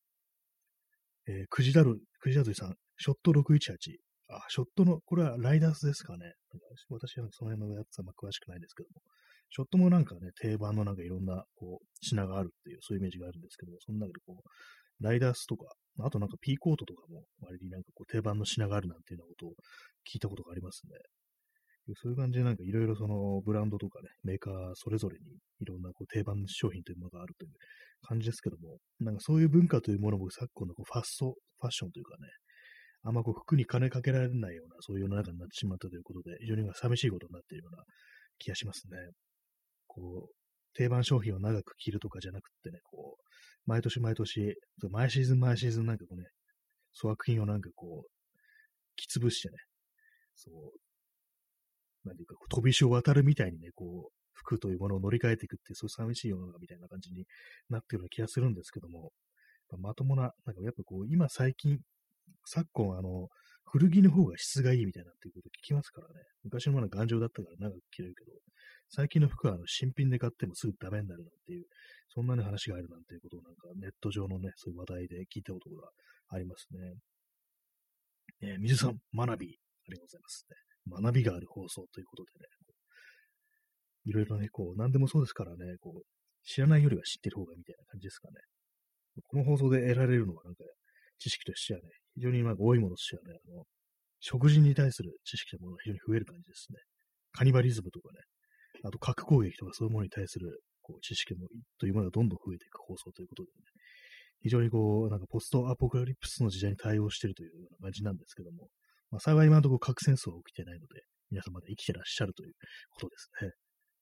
くじだるいさん、ショット618。あ、ショットの、これはライダースですかね。なんか私はその辺のやつはあんま詳しくないですけども。ショットもなんかね、定番のなんかいろんな、品があるっていう、そういうイメージがあるんですけども、その中でライダースとか、あとなんかピーコートとかも、割になんか定番の品があるなんていうようなことを聞いたことがありますね。そういう感じでなんかいろいろそのブランドとかね、メーカーそれぞれにいろんな定番商品というものがあるという感じですけども、なんかそういう文化というものも昨今のファッションというかね、あんま服に金かけられないような、そういう世の中になってしまったということで、非常に寂しいことになっているような気がしますね。定番商品を長く着るとかじゃなくってね、毎年毎年、毎シーズン毎シーズンなんか粗悪品をなんか着潰してね、そう、なんていうか、飛び石を渡るみたいにね、服というものを乗り換えていくっていう、そういう寂しい世の中みたいな感じになってるような気がするんですけども、まともな、なんかやっぱ今最近、昨今古着の方が質がいいみたいなっていうこと聞きますからね。昔のものは頑丈だったから長く着れるけど、最近の服は新品で買ってもすぐダメになるなんていう、そんなね話があるなんていうことをなんかネット上のね、そういう話題で聞いたことがありますね。水さん、学び、ありがとうございますね。学びがある放送ということでね、いろいろね、何でもそうですからね、知らないよりは知ってる方がみたいな感じですかね。この放送で得られるのはなんか、知識としてはね、非常になんか多いものとしてはね、食事に対する知識というものが非常に増える感じですね。カニバリズムとかね、あと核攻撃とかそういうものに対する知識もというものがどんどん増えていく放送ということでね、非常になんかポストアポカリプスの時代に対応しているというような感じなんですけども、まあ、幸い今のところ核戦争は起きてないので、皆さんまだ生きてらっしゃるということですね。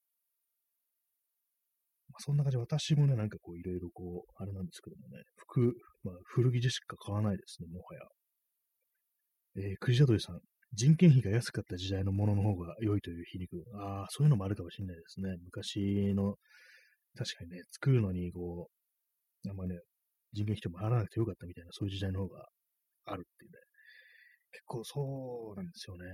まあ、そんな感じで私もね、なんかいろいろあれなんですけどもね、まあ、古着でしか買わないですね、もはや。クジラドリさん、人件費が安かった時代のものの方が良いという皮肉。ああ、そういうのもあるかもしれないですね。昔の、確かにね、作るのに、あんまね、人件費とも払わなくてよかったみたいな、そういう時代の方があるっていうね。結構そうなんですよね。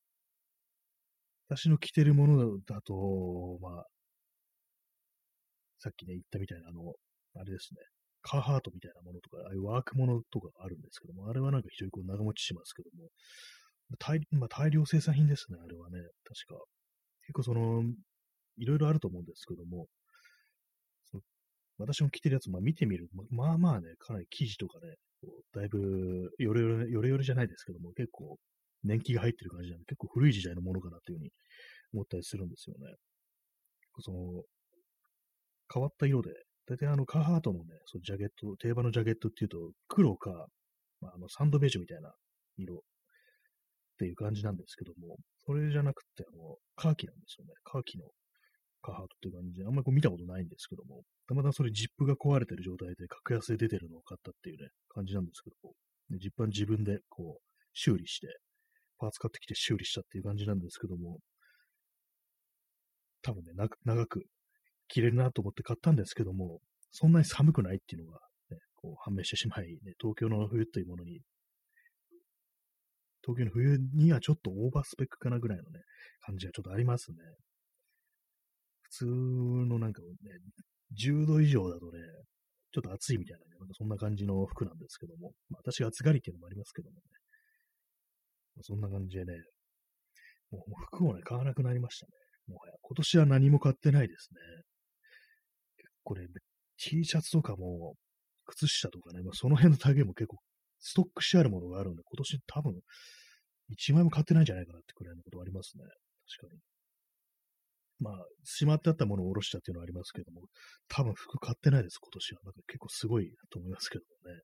私の着てるものだと、まあ、さっきね、言ったみたいな、あれですね。カーハートみたいなものとか、ああいうワークものとかあるんですけども、あれはなんか非常に長持ちしますけども、まあ、大量生産品ですね、あれはね、確か。結構いろいろあると思うんですけども、その私も着てるやつ、見てみる。まあまあね、かなり生地とかね、だいぶ、ヨレヨレじゃないですけども、結構、年季が入ってる感じなんで、結構古い時代のものかなというふうに思ったりするんですよね。その、変わった色で、大体カーハートのね、そのジャケット、定番のジャケットっていうと、黒か、サンドベージュみたいな色っていう感じなんですけども、それじゃなくて、カーキなんですよね。カーキのカーハートっていう感じで、あんまり見たことないんですけども、たまたまそれジップが壊れてる状態で格安で出てるのを買ったっていうね、感じなんですけども、でジップは自分で修理して、パーツ買ってきて修理したっていう感じなんですけども、多分ね、長く着れるなと思って買ったんですけども、そんなに寒くないっていうのが、ね、判明してしまい、ね、東京の冬というものに、東京の冬にはちょっとオーバースペックかなぐらいのね、感じがちょっとありますね。普通のなんかね、10度以上だとね、ちょっと暑いみたいなね、なんかそんな感じの服なんですけども、私が暑がりっていうのもありますけどもね、そんな感じでね、もう服をね、買わなくなりましたね。もはや、今年は何も買ってないですね。これ、T シャツとかも、靴下とかね、その辺の類も結構、ストックしてあるものがあるんで、今年多分、1枚も買ってないんじゃないかなってくらいのことありますね。確かに。しまってあったものを下ろしたっていうのはありますけども、多分服買ってないです、今年は。なんか結構すごいと思いますけどもね。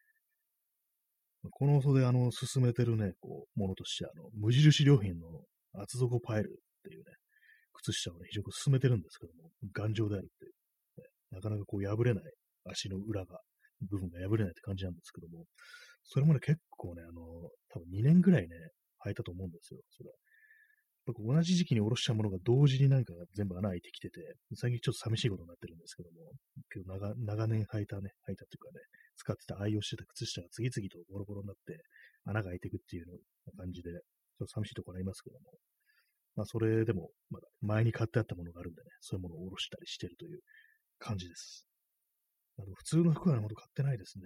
この放送で進めてるね、ものとして、無印良品の厚底パイルっていうね、靴下をね、非常に進めてるんですけども、頑丈であるっていう、ね、なかなか破れない、足の裏が、部分が破れないって感じなんですけども、それもね、結構ね、多分2年ぐらいね、履いたと思うんですよ、それ。同じ時期に下ろしたものが同時になんか全部穴開いてきてて、最近ちょっと寂しいことになってるんですけども、長年履いたっていうかね、使ってた愛用してた靴下が次々とボロボロになって穴が開いていくっていうような感じで、ちょっと寂しいところありますけども、それでも、まだ前に買ってあったものがあるんでね、そういうものを下ろしたりしてるという感じです。普通の服はほんと買ってないですね。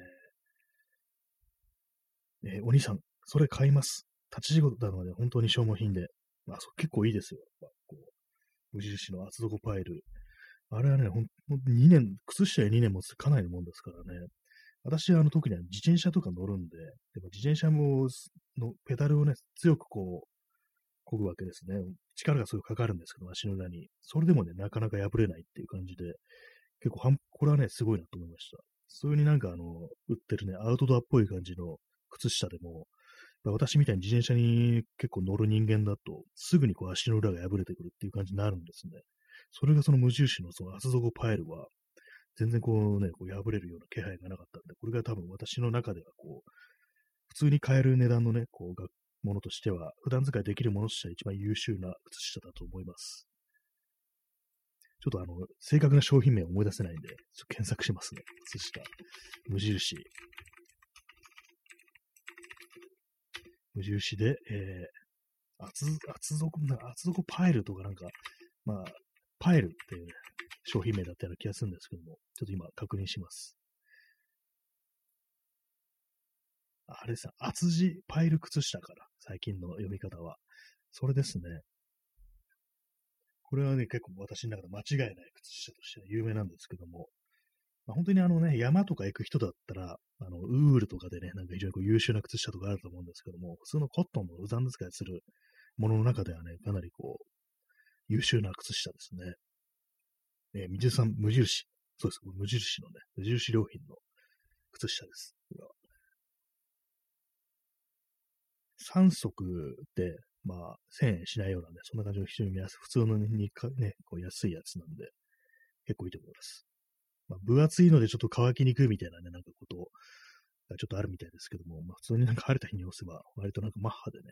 お兄さん、それ買います。立ち仕事なので本当に消耗品で。結構いいですよ。無印の厚底パイル。あれはね、ほんと2年、靴下で2年もかなりのもんですからね。私は特に自転車とか乗るんで、でも自転車のペダルをね、強く漕ぐわけですね。力がすごくかかるんですけど、足の裏に。それでもね、なかなか破れないっていう感じで、結構これはね、すごいなと思いました。そういうになんか売ってるね、アウトドアっぽい感じの靴下でも、私みたいに自転車に結構乗る人間だと、すぐに足の裏が破れてくるっていう感じになるんですね。それがその無印のその厚底パイルは、全然破れるような気配がなかったんで、これが多分私の中では普通に買える値段のね、ものとしては、普段使いできるものとしては一番優秀な靴下だと思います。ちょっと正確な商品名を思い出せないんで、ちょっと検索しますね。靴下。無印。無印で、厚底パイルとかなんか、パイルっていう、ね、商品名だったような気がするんですけども、ちょっと今確認します。あれですね、厚地パイル靴下から、最近の読み方は。それですね。これはね、結構私の中で間違いない靴下として有名なんですけども、本当に山とか行く人だったら、ウールとかでね、なんか非常に優秀な靴下とかあると思うんですけども、普通のコットンの普段使いするものの中ではね、かなり優秀な靴下ですね。水さん、無印。そうです。無印のね、無印良品の靴下です。3足で、1000円しないようなね、そんな感じの非常に普通のね、安いやつなんで、結構いいと思います。分厚いのでちょっと乾きにくいみたいなね、なんかことがちょっとあるみたいですけども、普通になんか晴れた日に押せば、割となんかマッハでね、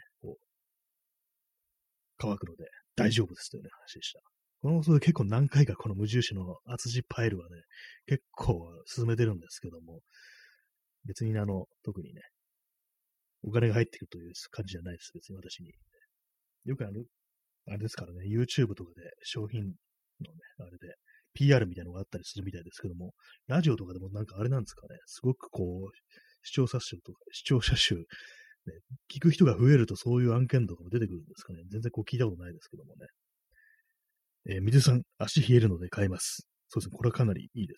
乾くので大丈夫ですというね、話でした。この放送で結構何回かこの無印の厚地パイルはね、結構進めてるんですけども、別に特にね、お金が入ってくるという感じじゃないです、別に私に。よくあれですからね、YouTube とかで商品のね、あれで PR みたいなのがあったりするみたいですけども、ラジオとかでもなんかあれなんですかね、すごく視聴者数、ね、聞く人が増えるとそういう案件とかも出てくるんですかね。全然聞いたことないですけどもね。水さん、足冷えるので買います。そうですね、これはかなりいいです。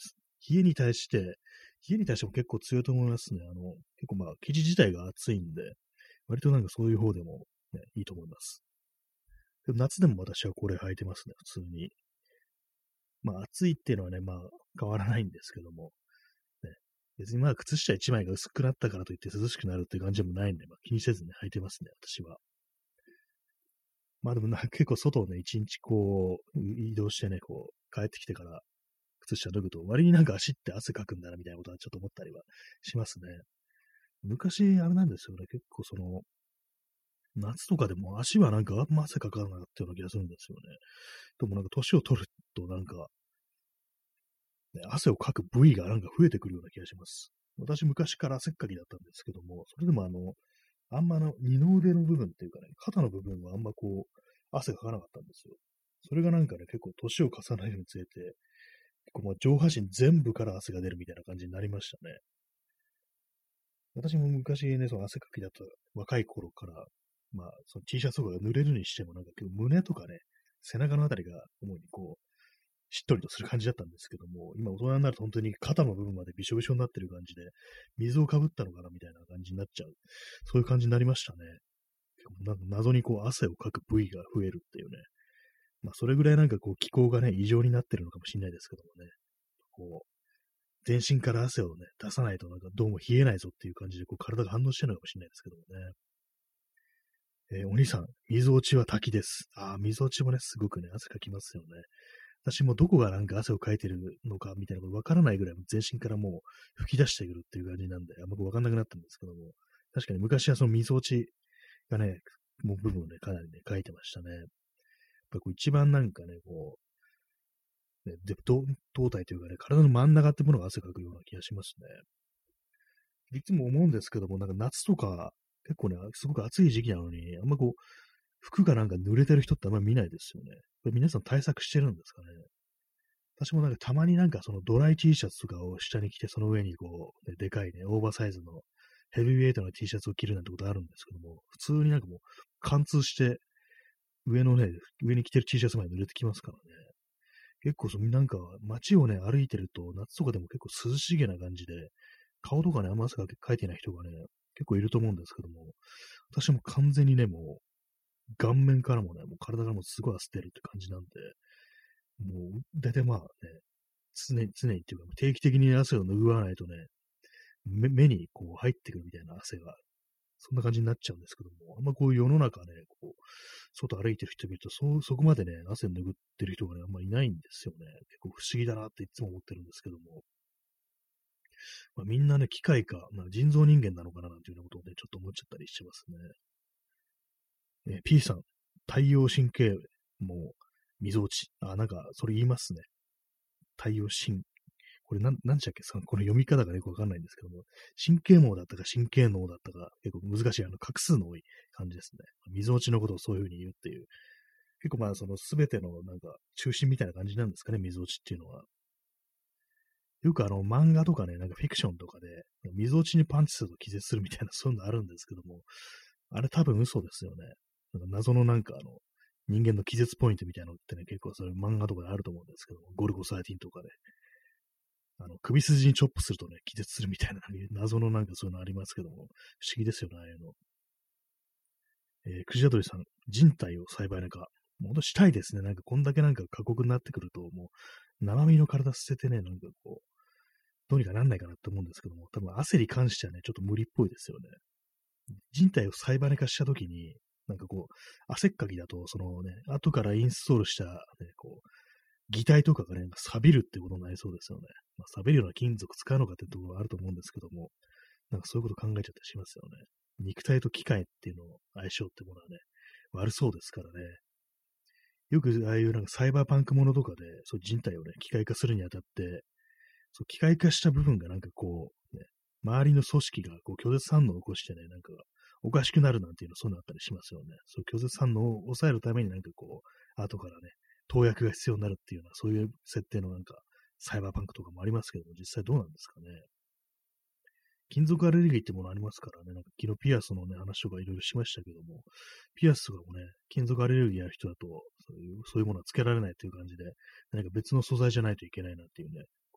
冷えに対しても結構強いと思いますね。結構まあ、生地自体が熱いんで、割となんかそういう方でも、ね、いいと思います。でも夏でも私はこれ履いてますね、普通に。まあ、暑いっていうのはね、まあ、変わらないんですけども、ね、別にまあ、靴下一枚が薄くなったからといって涼しくなるっていう感じでもないんで、まあ、気にせずね、履いてますね、私は。まあでも結構外をね、一日こう、移動してね、こう、帰ってきてから靴下脱ぐと、割になんか足って汗かくんだなみたいなことはちょっと思ったりはしますね。昔、あれなんですよね、結構夏とかでも足はなんかあんま汗かかなかったような気がするんですよね。でもなんか年を取るとなんか、ね、汗をかく部位がなんか増えてくるような気がします。私昔から汗っかきだったんですけども、それでもあんま二の腕の部分っていうかね、肩の部分はあんまこう、汗がかかなかったんですよ。それがなんかね、結構年を重ねるにつれて、結構もう上半身全部から汗が出るみたいな感じになりましたね。私も昔ね、その汗かきだった若い頃から、まあ、その T シャツとかが濡れるにしても、なんか結構胸とかね、背中のあたりが主にこう、しっとりとする感じだったんですけども、今大人になると本当に肩の部分までびしょびしょになってる感じで、水をかぶったのかなみたいな感じになっちゃう。そういう感じになりましたね。謎にこう汗をかく部位が増えるっていうね。まあそれぐらいなんかこう気候がね、異常になってるのかもしれないですけどもね。こう、全身から汗をね、出さないとなんかどうも冷えないぞっていう感じでこう体が反応してるのかもしれないですけどもね。お兄さん、水落ちは滝です。ああ、水落ちもね、すごくね、汗かきますよね。私もどこがなんか汗をかいてるのかみたいなことわからないぐらい全身からもう吹き出してくるっていう感じなんで、あんまわかんなくなったんですけども、確かに昔はその水落ちがね、もう部分をね、かなりね、かいてましたね。やっぱこう一番なんかね、こう、ね、胴体というかね、体の真ん中ってものが汗かくような気がしますね。いつも思うんですけども、なんか夏とか、結構ね、すごく暑い時期なのに、あんまこう、服がなんか濡れてる人ってあんまり見ないですよね。これ皆さん対策してるんですかね。私もなんかたまになんかそのドライ T シャツとかを下に着て、その上にこう、ね、でかいね、オーバーサイズのヘビーウェイトの T シャツを着るなんてことあるんですけども、普通になんかもう貫通して上に着てる T シャツまで濡れてきますからね。結構なんか街をね、歩いてると夏とかでも結構涼しげな感じで、顔とかね、あんま汗かいてない人がね、結構いると思うんですけども、私も完全にね、もう顔面からもね、もう体からもすごい汗出るって感じなんで、もう、大体まあね、常にっていうか、定期的に汗を拭わないとね、目にこう入ってくるみたいな汗が、そんな感じになっちゃうんですけども、あんまこう世の中ね、こう、外歩いてる人見ると、そこまでね、汗拭ってる人がね、あんまいないんですよね。結構不思議だなっていつも思ってるんですけども、まあ、みんなね、機械か、まあ、人造人間なのかななんていうようなことをね、ちょっと思っちゃったりしてますね。P さん、太陽神経も溝落ち。あ、なんか、それ言いますね。太陽神、これなんでしたっけこの読み方がよくわかんないんですけども、神経網だったか神経脳だったか、結構難しい、画数の多い感じですね。溝落ちのことをそういうふうに言うっていう。結構まあ、そのすべてのなんか中心みたいな感じなんですかね、溝落ちっていうのは。よく漫画とかね、なんかフィクションとかで、溝落ちにパンチすると気絶するみたいな、そういうのあるんですけども、あれ多分嘘ですよね。なんか謎のなんか人間の気絶ポイントみたいなのってね、結構そういう漫画とかであると思うんですけども、ゴルゴ13とかで。首筋にチョップするとね、気絶するみたいな、謎のなんかそういうのありますけども、不思議ですよね、ああいうの。クジラドリさん、人体を栽培なんか、もうほんとしたいですね。なんかこんだけなんか過酷になってくると、もう、生身の体捨ててね、なんかこう、どうにかなんないかなって思うんですけども、多分汗に関してはね、ちょっと無理っぽいですよね。人体をサイバネ化したときに、なんかこう、汗っかきだと、そのね、後からインストールした、ね、こう、擬態とかがね、錆びるってことになりそうですよね。まあ、錆びるような金属使うのかってところはあると思うんですけども、なんかそういうこと考えちゃったりしますよね。肉体と機械っていうのを相性ってものはね、悪そうですからね。よくああいうなんかサイバーパンクものとかで、そう人体をね、機械化するにあたって、そう機械化した部分がなんかこう、ね、周りの組織がこう拒絶反応を起こしてね、なんかおかしくなるなんていうの、そういうのあったりしますよね。そう拒絶反応を抑えるためになんかこう、後からね、投薬が必要になるっていうような、そういう設定のなんか、サイバーパンクとかもありますけども、実際どうなんですかね。金属アレルギーってものありますからね、なんか昨日ピアスのね、話とかいろいろしましたけども、ピアスとかもね、金属アレルギーある人だと、そういうものはつけられないという感じで、何か別の素材じゃないといけないなっていうね、こ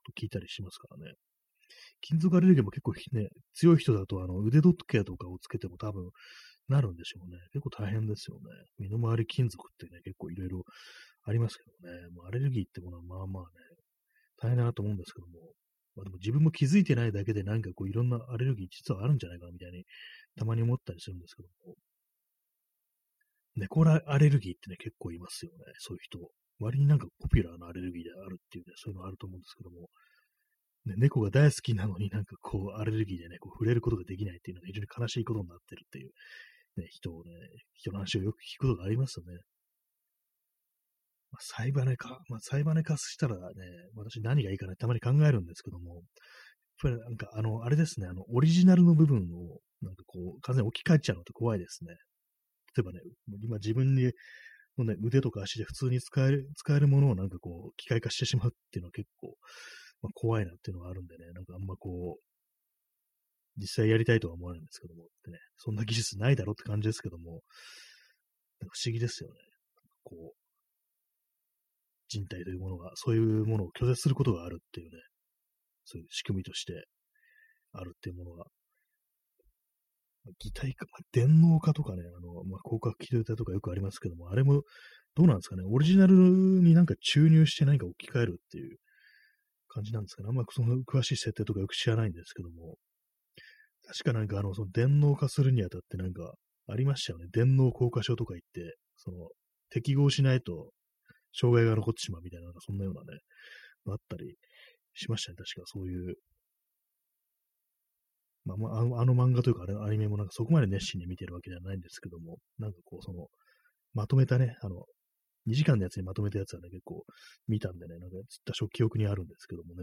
と聞いたりしますからね。金属アレルギーも結構ね、強い人だと腕時計とかをつけても多分なるんでしょうね。結構大変ですよね。身の回り金属ってね、結構いろいろありますけどね。もうアレルギーってものはまあまあね、大変だなと思うんですけども、まあでも自分も気づいてないだけでなんかこういろんなアレルギー実はあるんじゃないかなみたいにたまに思ったりするんですけども、猫アレルギーってね、結構いますよね。そういう人。割になんかポピュラーなアレルギーであるっていうね、そういうのあると思うんですけども、ね、猫が大好きなのになんかこう、アレルギーでね、こう触れることができないっていうのが非常に悲しいことになってるっていう、ね、人の話をよく聞くことがありますよね。まあ、サイバネか。まあ、サイバネ化したらね、私何がいいかなたまに考えるんですけども、やっぱりなんかあれですね、オリジナルの部分を、なんかこう、完全に置き換えちゃうのって怖いですね。例えばね、今自分のね、腕とか足で普通に使えるものをなんかこう、機械化してしまうっていうのは結構、まあ、怖いなっていうのはあるんでね、なんかあんまこう、実際やりたいとは思わないんですけども、ってね、そんな技術ないだろって感じですけども、なんか不思議ですよね。こう、人体というものが、そういうものを拒絶することがあるっていうね、そういう仕組みとしてあるっていうものが、擬態化、電脳化とかね、広角機動隊とかよくありますけども、あれもどうなんですかね、オリジナルになんか注入して何か置き換えるっていう感じなんですかね。あんまその詳しい設定とかよく知らないんですけども、確かなんかその電脳化するにあたってなんかありましたよね。電脳硬化症とか言って、適合しないと障害が残ってしまうみたいな、そんなようなね、あったりしましたね。確かそういう、あの漫画というか、あれアニメもなんかそこまで熱心に見てるわけではないんですけども、なんかこう、まとめたね、2時間のやつにまとめたやつはね、結構見たんでね、なんかつった記憶にあるんですけどもね。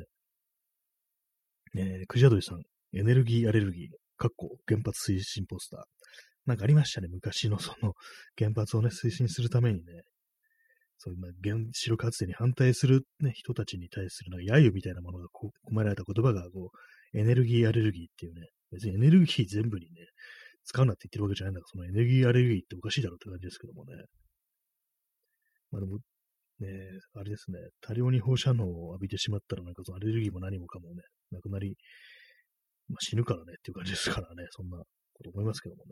クジャドリさん、エネルギーアレルギー、原発推進ポスター。なんかありましたね、昔の原発をね、推進するためにね、そういう、原子力発電に反対する、ね、人たちに対する、なんか揶揄みたいなものが込められた言葉が、エネルギーアレルギーっていうね、別にエネルギー全部にね、使うなって言ってるわけじゃないんだから、そのエネルギーアレルギーっておかしいだろうって感じですけどもね。まあでも、ね、あれですね、多量に放射能を浴びてしまったら、なんかそのアレルギーも何もかもね、なくなり、死ぬからねっていう感じですからね、そんなこと思いますけどもね。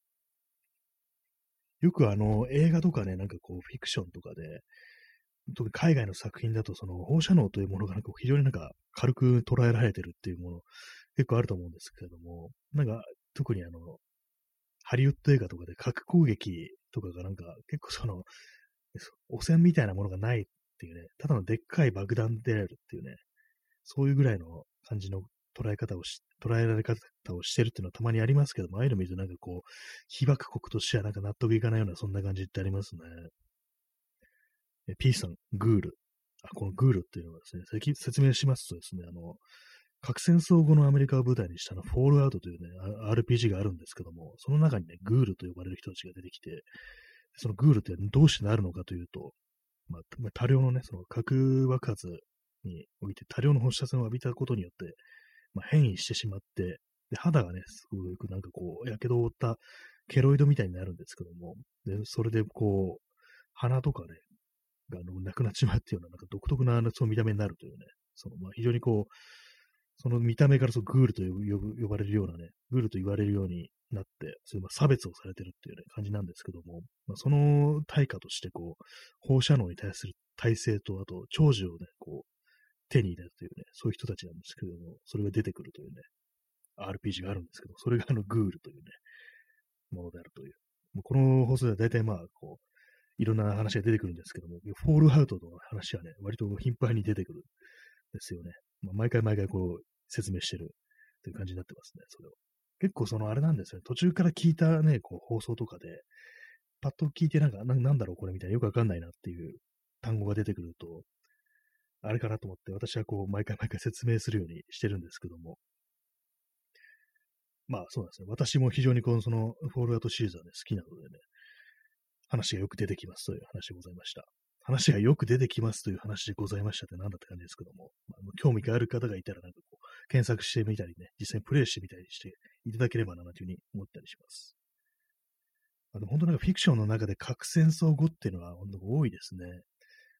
よく映画とかね、なんかこう、フィクションとかで、特に海外の作品だと、その放射能というものがなんか非常になんか軽く捉えられてるっていうもの、結構あると思うんですけれども、なんか特にハリウッド映画とかで核攻撃とかがなんか結構汚染みたいなものがないっていうね、ただのでっかい爆弾であるっていうね、そういうぐらいの感じの捉えられ方をしてるっていうのはたまにありますけども、ああいうの見るとなんかこう、被爆国としてはなんか納得いかないような、そんな感じってありますね。P さん、グール。このグールっていうのはですね、説明しますとですね、核戦争後のアメリカを舞台にしたフォールアウトというね、RPG があるんですけども、その中にね、グールと呼ばれる人たちが出てきて、そのグールってどうしてなるのかというと、多量のね、その核爆発において多量の放射線を浴びたことによって、変異してしまって、で、肌がね、すごくなんかこう、火傷を負ったケロイドみたいになるんですけども、で、それでこう、鼻とかね、がなくなっちまうっていうような、なんか独特なその見た目になるというね、非常にこう、その見た目からグールと呼ばれるようなね、グールと言われるようになって、そういう差別をされてるっていうね、感じなんですけども、その対価として、こう、放射能に対する耐性と、あと、長寿をね、こう、手に入れるというね、そういう人たちなんですけども、それが出てくるというね、RPG があるんですけど、それがグールというね、ものであるという。もうこの放送では大体こう、いろんな話が出てくるんですけども、フォールアウトの話はね、割と頻繁に出てくるんですよね。毎回毎回こう、説明してるという感じになってますね、それを。結構あれなんですよね、途中から聞いたね、こう、放送とかで、パッと聞いてなんだろうこれみたいなよくわかんないなっていう単語が出てくると、あれかなと思って私はこう、毎回毎回説明するようにしてるんですけども、そうなんですね。私も非常にフォールアウトシリーズはね、好きなのでね、話がよく出てきますという話でございました。話がよく出てきますという話でございましたってなんだって感じですけども、興味がある方がいたらなんかこう、検索してみたりね、実際にプレイしてみたりしていただければなというふうに思ったりします。でも本当なんかフィクションの中で核戦争後っていうのは本当多いですね。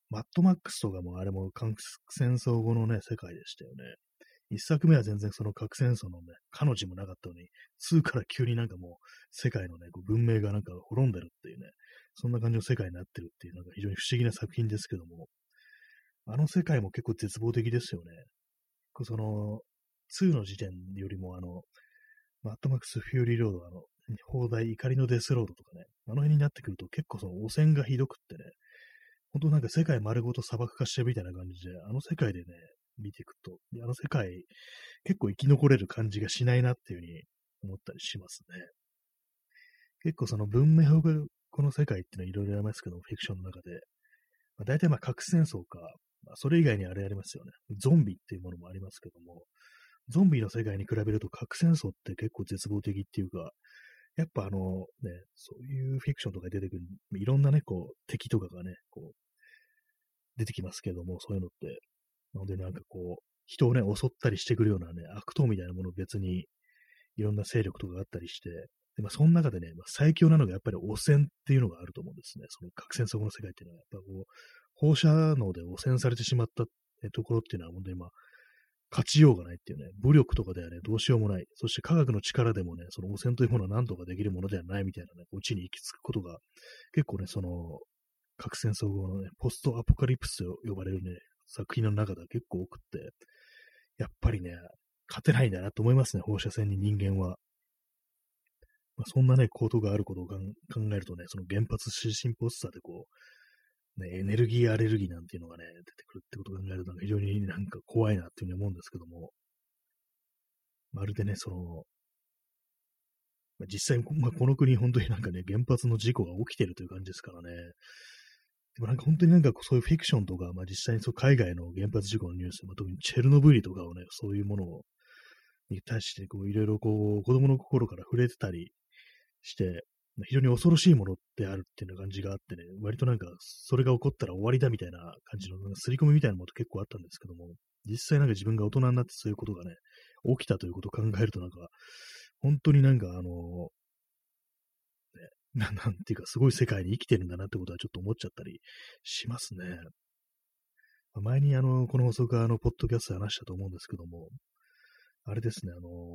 マッドマックスとかもあれも核戦争後のね、世界でしたよね。一作目は全然その核戦争のね、彼女もなかったのに、2から急になんかもう世界のね、こう文明がなんか滅んでるっていうね、そんな感じの世界になってるっていう、なんか非常に不思議な作品ですけども、あの世界も結構絶望的ですよね。その、2の時点よりもマッドマックス・フューリー・ロード、砲台、怒りのデスロードとかね、あの辺になってくると結構その汚染がひどくってね、本当なんか世界丸ごと砂漠化してるみたいな感じで、あの世界でね、見ていくと、あの世界、結構生き残れる感じがしないなっていうふうに思ったりしますね。結構その文明が、この世界っていうのはいろいろありますけど、フィクションの中で、大体まあ核戦争か、それ以外にあれありますよね。ゾンビっていうものもありますけども、ゾンビの世界に比べると核戦争って結構絶望的っていうか、やっぱそういうフィクションとかに出てくる、いろんなね、こう、敵とかがね、こう、出てきますけども、そういうのって、なのでなんかこう、人をね、襲ったりしてくるようなね、悪党みたいなもの別に、いろんな勢力とかがあったりして、でその中でね、最強なのがやっぱり汚染っていうのがあると思うんですね。その核戦争後の世界っていうのは、やっぱこう、放射能で汚染されてしまったところっていうのは、本当に勝ちようがないっていうね、武力とかではね、どうしようもない。そして科学の力でもね、その汚染というものは何とかできるものではないみたいなね、オチに行き着くことが、結構ね、その、核戦争後のね、ポストアポカリプスと呼ばれるね、作品の中では結構多くって、やっぱりね、勝てないんだなと思いますね、放射線に人間は。そんなね、ことがあることを考えるとね、その原発推進ポスターでこう、ね、エネルギーアレルギーなんていうのがね、出てくるってことを考えると、非常になんか怖いなっていうふうに思うんですけども、まるでね、その、実際、この国、本当になんかね、原発の事故が起きてるという感じですからね。でもなんか本当になんかそういうフィクションとか、実際にそう海外の原発事故のニュース、特にチェルノブイリとかをね、そういうものに対してこういろいろこう子供の心から触れてたりして、非常に恐ろしいものであるっていうような感じがあってね、割となんかそれが起こったら終わりだみたいな感じの刷り込みみたいなもの結構あったんですけども、実際なんか自分が大人になってそういうことがね、起きたということを考えるとなんか、本当になんかなんていうか、すごい世界に生きてるんだなってことはちょっと思っちゃったりしますね。前にこの放送がポッドキャストで話したと思うんですけども、あれですね、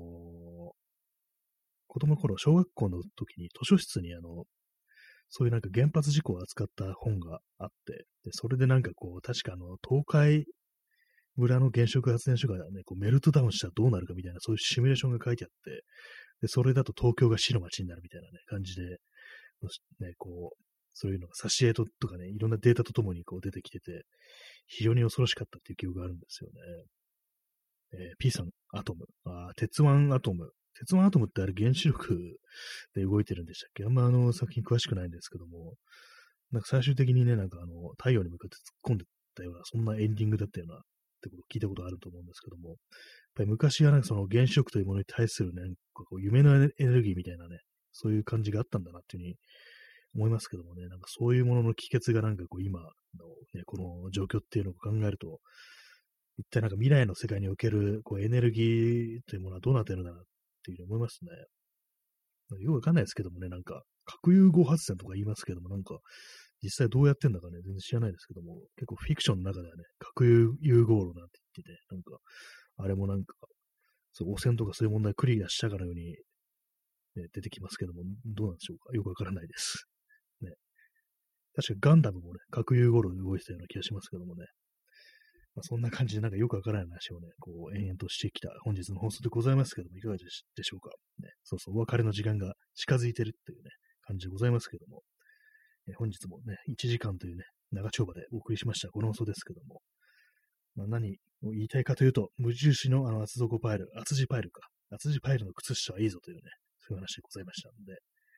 子供の頃、小学校の時に図書室にそういうなんか原発事故を扱った本があって、で、それでなんかこう、確か東海村の原子力発電所がね、こうメルトダウンしたらどうなるかみたいな、そういうシミュレーションが書いてあって、で、それだと東京が死の街になるみたいなね、感じで、ね、こう、そういうのが挿絵とかね、いろんなデータとともにこう出てきてて、非常に恐ろしかったっていう記憶があるんですよね。P さん、アトム。鉄腕アトム。鉄腕アトムってあれ原子力で動いてるんでしたっけ？あんま作品詳しくないんですけども、なんか最終的にね、なんか太陽に向かって突っ込んでったような、そんなエンディングだったような、ってことを聞いたことあると思うんですけども、やっぱり昔はなんかその原子力というものに対するね、なんかこう夢のエネルギーみたいなね、そういう感じがあったんだなっていうふうに思いますけどもね、なんかそういうものの帰結がなんかこう今のね、この状況っていうのを考えると、一体なんか未来の世界におけるこうエネルギーというものはどうなってるんだなっていうふうに思いますね。よくわかんないですけどもね、なんか核融合発電とか言いますけども、なんか実際どうやってんだかね、全然知らないですけども、結構フィクションの中ではね、核融合炉なんて言ってて、なんか、あれもなんか、そう汚染とかそういう問題クリアしたかのように、ね、出てきますけども、どうなんでしょうか。よくわからないです。ね。確かガンダムもね、核融合炉で動いてたような気がしますけどもね。そんな感じでなんかよくわからない話をね、こう延々としてきた本日の放送でございますけども、いかがでしょうか。ね、そうそう、お別れの時間が近づいてるっていうね、感じでございますけども、本日もね、1時間というね、長丁場でお送りしました、この放送ですけども、何を言いたいかというと、無印の厚底パイル、厚地パイルか、厚地パイルの靴下はいいぞというね、そういう話でございましたので、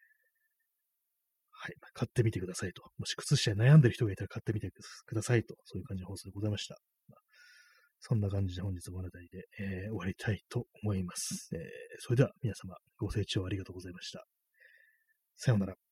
はい、買ってみてくださいと。もし靴下に悩んでる人がいたら買ってみてくださいと、そういう感じの放送でございました。そんな感じで本日もあなたりで、終わりたいと思います。それでは皆様、ご清聴ありがとうございました。さようなら。